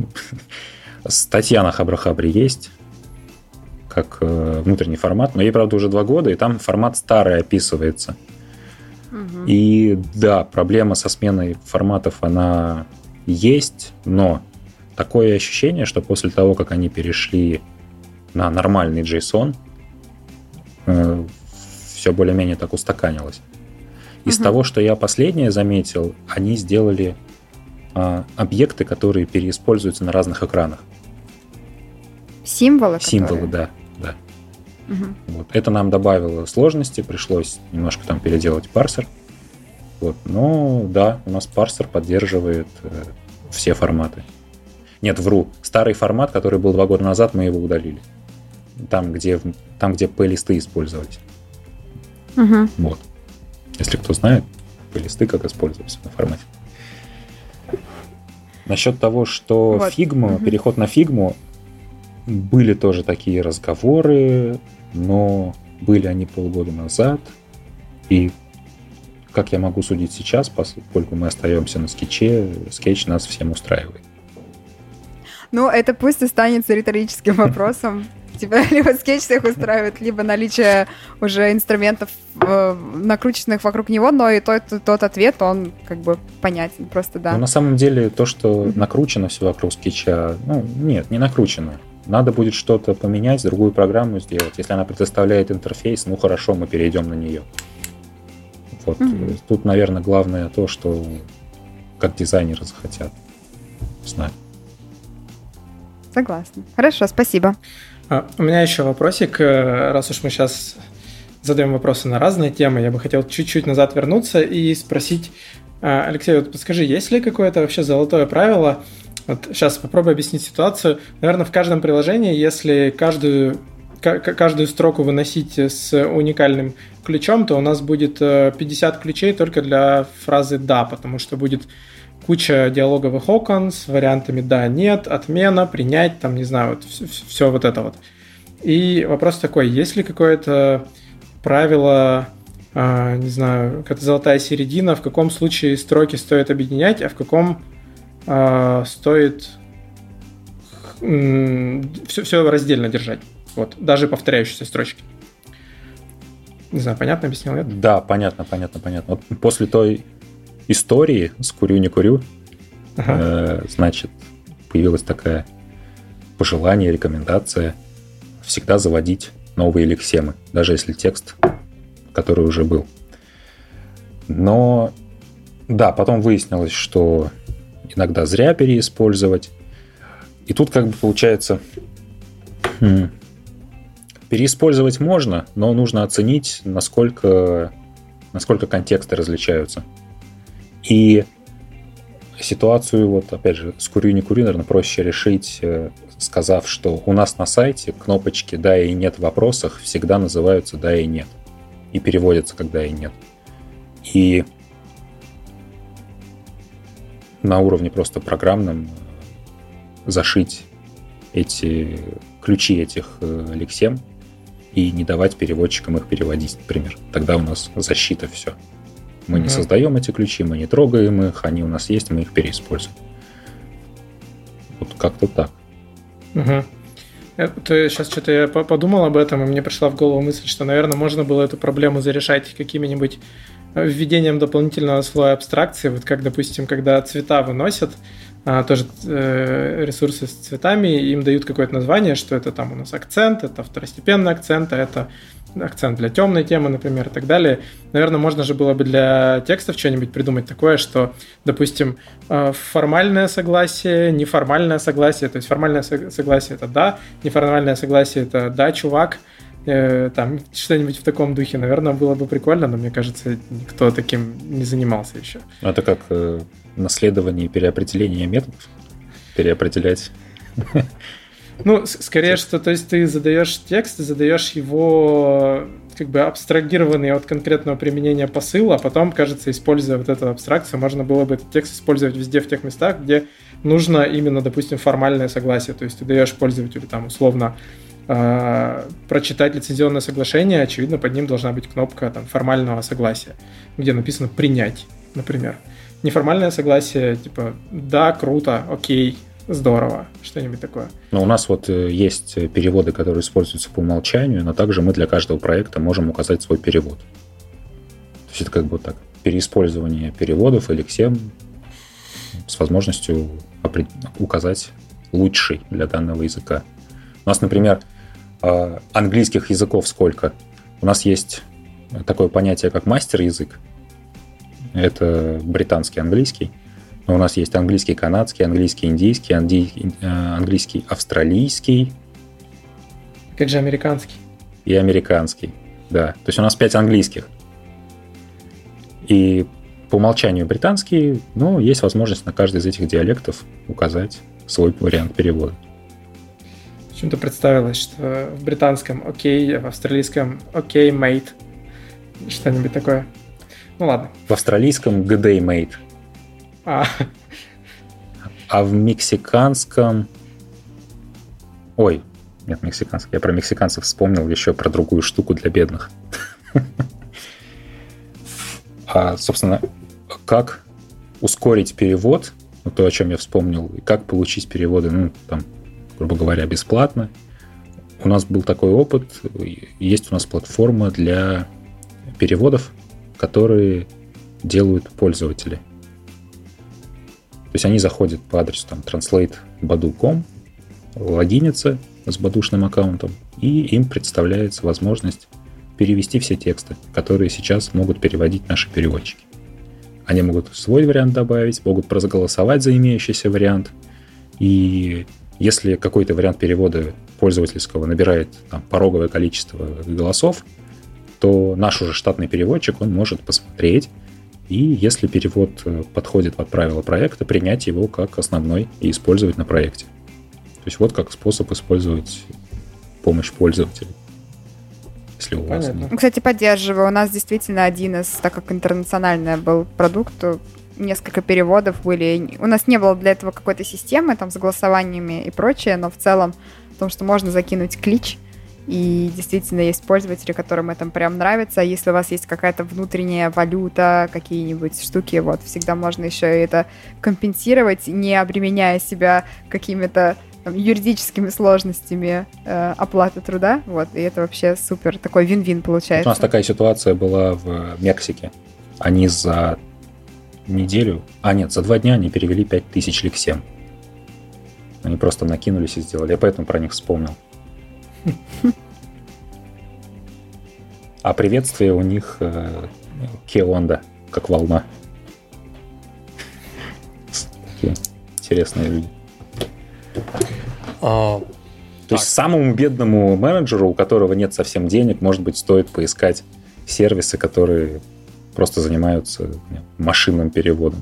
Статья на Хабра-Хабре есть, как э, внутренний формат, но ей, правда, уже два года, и там формат старый описывается. Угу. И да, проблема со сменой форматов, она есть, но такое ощущение, что после того, как они перешли на нормальный JSON, э, все более-менее так устаканилось. Из uh-huh. того, что я последнее заметил, они сделали а, объекты, которые переиспользуются на разных экранах. Символы? Символы, которые... да. да. Uh-huh. Вот. Это нам добавило сложности, пришлось немножко там переделать парсер. Вот. Но да, у нас парсер поддерживает э, все форматы. Нет, вру. Старый формат, который был два года назад, мы его удалили. Там, где, там, где пэй-листы использовались. Uh-huh. Вот. Если кто знает, пэй-листы как используются на формате. Насчет того, что вот. Figma, uh-huh. переход на Figma, были тоже такие разговоры, но были они полгода назад. И как я могу судить сейчас, поскольку мы остаемся на скетче, скетч нас всем устраивает. Ну, это пусть останется риторическим вопросом. Тебя либо скетч всех устраивает, либо наличие уже инструментов, э, накрученных вокруг него, но и тот, тот ответ, он как бы понятен, просто да. Но на самом деле то, что накручено все вокруг скетча, ну, нет, не накручено. Надо будет что-то поменять, другую программу сделать. Если она предоставляет интерфейс, ну хорошо, мы перейдем на нее. Вот. Mm-hmm. Тут, наверное, главное то, что как дизайнеры захотят знать. Согласна. Хорошо, спасибо. А, у меня еще вопросик. Раз уж мы сейчас задаем вопросы на разные темы, я бы хотел чуть-чуть назад вернуться и спросить, Алексей, вот подскажи, есть ли какое-то вообще золотое правило? Вот сейчас попробую объяснить ситуацию. Наверное, в каждом приложении, если каждую, каждую строку выносить с уникальным ключом, то у нас будет пятьдесят ключей только для фразы «да», потому что будет куча диалоговых окон с вариантами «да», «нет», «отмена», «принять», там, не знаю, вот все, все вот это вот. И вопрос такой, есть ли какое-то правило, э, не знаю, какая-то золотая середина, в каком случае строки стоит объединять, а в каком э, стоит э, все, все раздельно держать, вот, даже повторяющиеся строчки. Не знаю, понятно объяснил, нет? Да, понятно, понятно, понятно. Вот после той истории с «Курю, не курю», ага. э, значит, появилось такое пожелание, рекомендация всегда заводить новые лексемы, даже если текст, который уже был. Но, да, потом выяснилось, что иногда зря переиспользовать. И тут как бы получается, хм, переиспользовать можно, но нужно оценить, насколько, насколько контексты различаются. И ситуацию, вот опять же, с «Курю, не курю», наверное, проще решить, сказав, что у нас на сайте кнопочки «да» и «нет» в вопросах всегда называются «да» и «нет». И переводятся как «да» и «нет». И на уровне просто программном зашить эти ключи этих лексем и не давать переводчикам их переводить, например. Тогда у нас защита, все. Мы не mm-hmm. создаем эти ключи, мы не трогаем их, они у нас есть, мы их переиспользуем. Вот как-то так. Угу. Это, сейчас что-то я подумал об этом, и мне пришла в голову мысль, что, наверное, можно было эту проблему зарешать какими-нибудь введением дополнительного слоя абстракции. Вот как, допустим, когда цвета выносят, тоже ресурсы с цветами, им дают какое-то название, что это там у нас акцент, это второстепенный акцент, а это акцент для темной темы, например, и так далее. Наверное, можно же было бы для текстов что-нибудь придумать такое, что, допустим, формальное согласие, неформальное согласие, то есть формальное согласие – это «да», неформальное согласие – это «да, чувак», там что-нибудь в таком духе, наверное, было бы прикольно, но мне кажется, никто таким не занимался еще. Это как э, наследование и переопределение методов? Переопределять? Ну, скорее, что, то есть ты задаешь текст, ты задаешь его как бы абстрагированный от конкретного применения посыла, а потом, кажется, используя вот эту абстракцию, можно было бы этот текст использовать везде в тех местах, где нужно именно, допустим, формальное согласие. То есть ты даешь пользователю там условно прочитать лицензионное соглашение, очевидно, под ним должна быть кнопка там, формального согласия, где написано «принять», например. Неформальное согласие, типа «да, круто, окей, здорово», что-нибудь такое. Но у нас вот есть переводы, которые используются по умолчанию, но также мы для каждого проекта можем указать свой перевод. То есть это как бы так, переиспользование переводов и лексем с возможностью указать лучший для данного языка. У нас, например, английских языков сколько? У нас есть такое понятие, как мастер-язык, это британский английский. Но у нас есть английский канадский, английский индийский, анди... английский австралийский. Как же американский? И американский, да. То есть у нас пять английских. И по умолчанию британский, но есть возможность на каждый из этих диалектов указать свой вариант перевода. Почему-то представилось, что в британском окей, в австралийском окей, mate. Что-нибудь такое. Ну ладно. В австралийском good day, mate. А. а в мексиканском... Ой, нет, мексиканский. Я про мексиканцев вспомнил еще про другую штуку для бедных. А, собственно, как ускорить перевод, ну, то, о чем я вспомнил, и как получить переводы, ну, там, грубо говоря, бесплатно. У нас был такой опыт. Есть у нас платформа для переводов, которые делают пользователи. То есть они заходят по адресу там translate badu точка com, логинятся с бадушным аккаунтом, и им представляется возможность перевести все тексты, которые сейчас могут переводить наши переводчики. Они могут свой вариант добавить, могут проголосовать за имеющийся вариант. И если какой-то вариант перевода пользовательского набирает там пороговое количество голосов, то наш уже штатный переводчик, он может посмотреть, и если перевод подходит под правила проекта, принять его как основной и использовать на проекте. То есть вот как способ использовать помощь пользователей. Если у вас нет. Кстати, поддерживаю. У нас действительно один из, так как интернациональный был продукт, несколько переводов были. У нас не было для этого какой-то системы там с голосованиями и прочее, но в целом в том, что можно закинуть клич, и действительно есть пользователи, которым это прям нравится. Если у вас есть какая-то внутренняя валюта, какие-нибудь штуки, вот, всегда можно еще это компенсировать, не обременяя себя какими-то там юридическими сложностями э, оплаты труда. Вот, и это вообще супер, такой вин-вин получается. У нас такая ситуация была в Мексике. Они за неделю, а нет, за два дня они перевели пять тысяч лексем. Они просто накинулись и сделали. Я поэтому про них вспомнил. А приветствие у них э, Кеонда, как волна. Такие интересные люди. А, То так. есть самому бедному менеджеру, у которого нет совсем денег, может быть, стоит поискать сервисы, которые просто занимаются машинным переводом.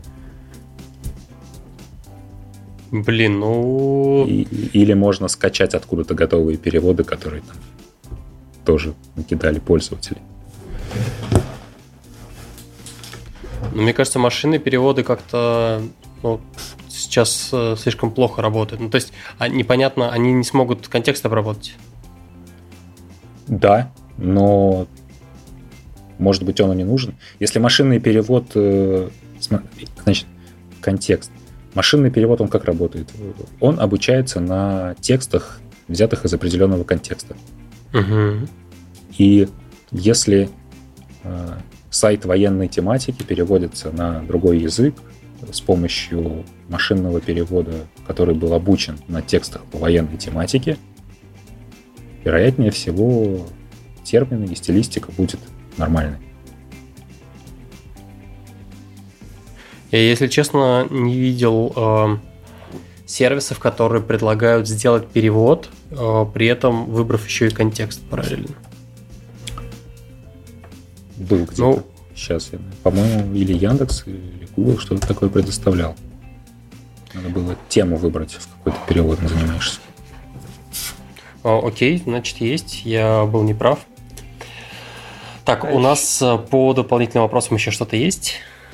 Блин, ну... И, или можно скачать откуда-то готовые переводы, которые там тоже накидали пользователи. Ну, мне кажется, машинные переводы как-то ну, сейчас э, слишком плохо работают. Ну, то есть, а, непонятно, они не смогут контекст обработать. Да, но может быть он и не нужен. Если машинный перевод, э, значит, контекст. Машинный перевод, он как работает? Он обучается на текстах, взятых из определенного контекста. Угу. И если э, сайт военной тематики переводится на другой язык с помощью машинного перевода, который был обучен на текстах по военной тематике, вероятнее всего термины и стилистика будет нормальной. Я, если честно, не видел э, сервисов, которые предлагают сделать перевод, э, при этом выбрав еще и контекст параллельно. Был где-то. Ну, Сейчас, я, по-моему, или Яндекс, или Google что-то такое предоставлял. Надо было тему выбрать, в какой-то перевод занимаешься. Э, окей, значит, есть. Я был неправ. Так, у нас э, по дополнительным вопросам еще что-то есть?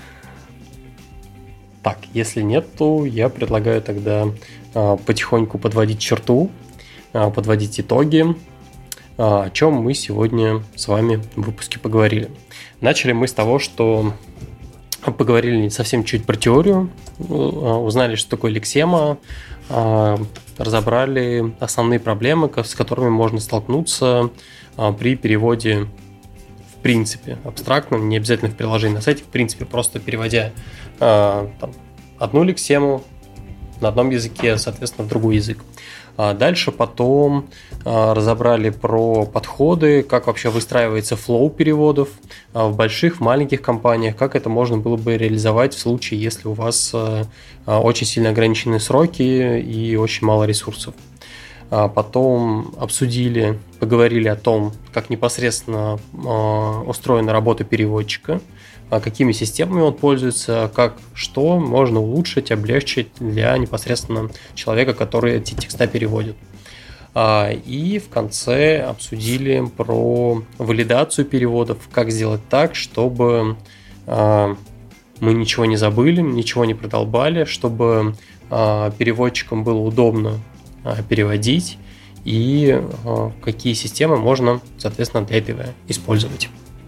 Так, если нет, то я предлагаю тогда э, потихоньку подводить черту, э, подводить итоги, э, о чем мы сегодня с вами в выпуске поговорили. Начали мы с того, что поговорили совсем чуть про теорию, э, узнали, что такое лексема, э, разобрали основные проблемы, с которыми можно столкнуться э, при переводе в принципе абстрактном, не обязательно в приложении на сайте, в принципе, просто переводя там, одну лексему на одном языке, соответственно, в другой язык. Дальше потом разобрали про подходы, как вообще выстраивается флоу переводов в больших, в маленьких компаниях, как это можно было бы реализовать в случае, если у вас очень сильно ограниченные сроки и очень мало ресурсов. Потом обсудили, поговорили о том, как непосредственно устроена работа переводчика, какими системами он пользуется, как что можно улучшить, облегчить для непосредственно человека, который эти текста переводит. И в конце обсудили про валидацию переводов, как сделать так, чтобы мы ничего не забыли, ничего не продолбали, чтобы переводчикам было удобно переводить и какие системы можно, соответственно, для этого использовать.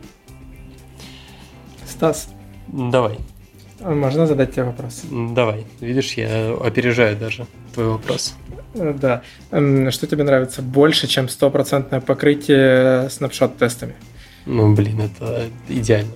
Стас. Давай. Можно задать тебе вопрос? Давай. Видишь, я опережаю даже твой вопрос. Да. Что тебе нравится больше, чем стопроцентное покрытие снапшот-тестами? Ну, блин, это идеально.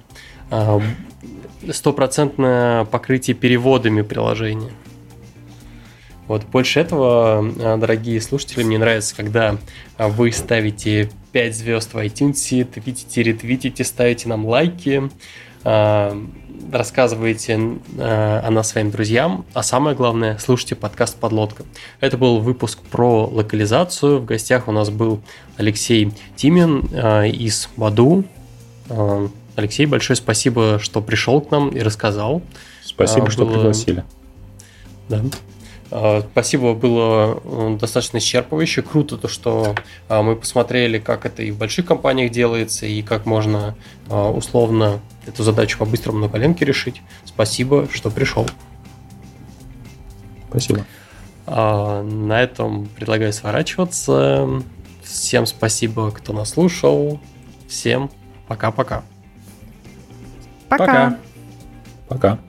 Стопроцентное покрытие переводами приложения. Вот больше этого, дорогие слушатели, мне нравится, когда вы ставите пять звезд в iTunes, твитите, ретвитите, ставите нам лайки, рассказываете о нас своим друзьям, а самое главное, слушайте подкаст «Подлодка». Это был выпуск про локализацию. В гостях у нас был Алексей Тимин из Баду. Алексей, большое спасибо, что пришел к нам и рассказал. Спасибо, было... что пригласили. Да. Спасибо, было достаточно исчерпывающе. Круто то, что мы посмотрели, как это и в больших компаниях делается, и как можно условно эту задачу по-быстрому на коленке решить. Спасибо, что пришел. Спасибо. На этом предлагаю сворачиваться. Всем спасибо, кто нас слушал. Всем пока-пока. Пока. Пока. Пока.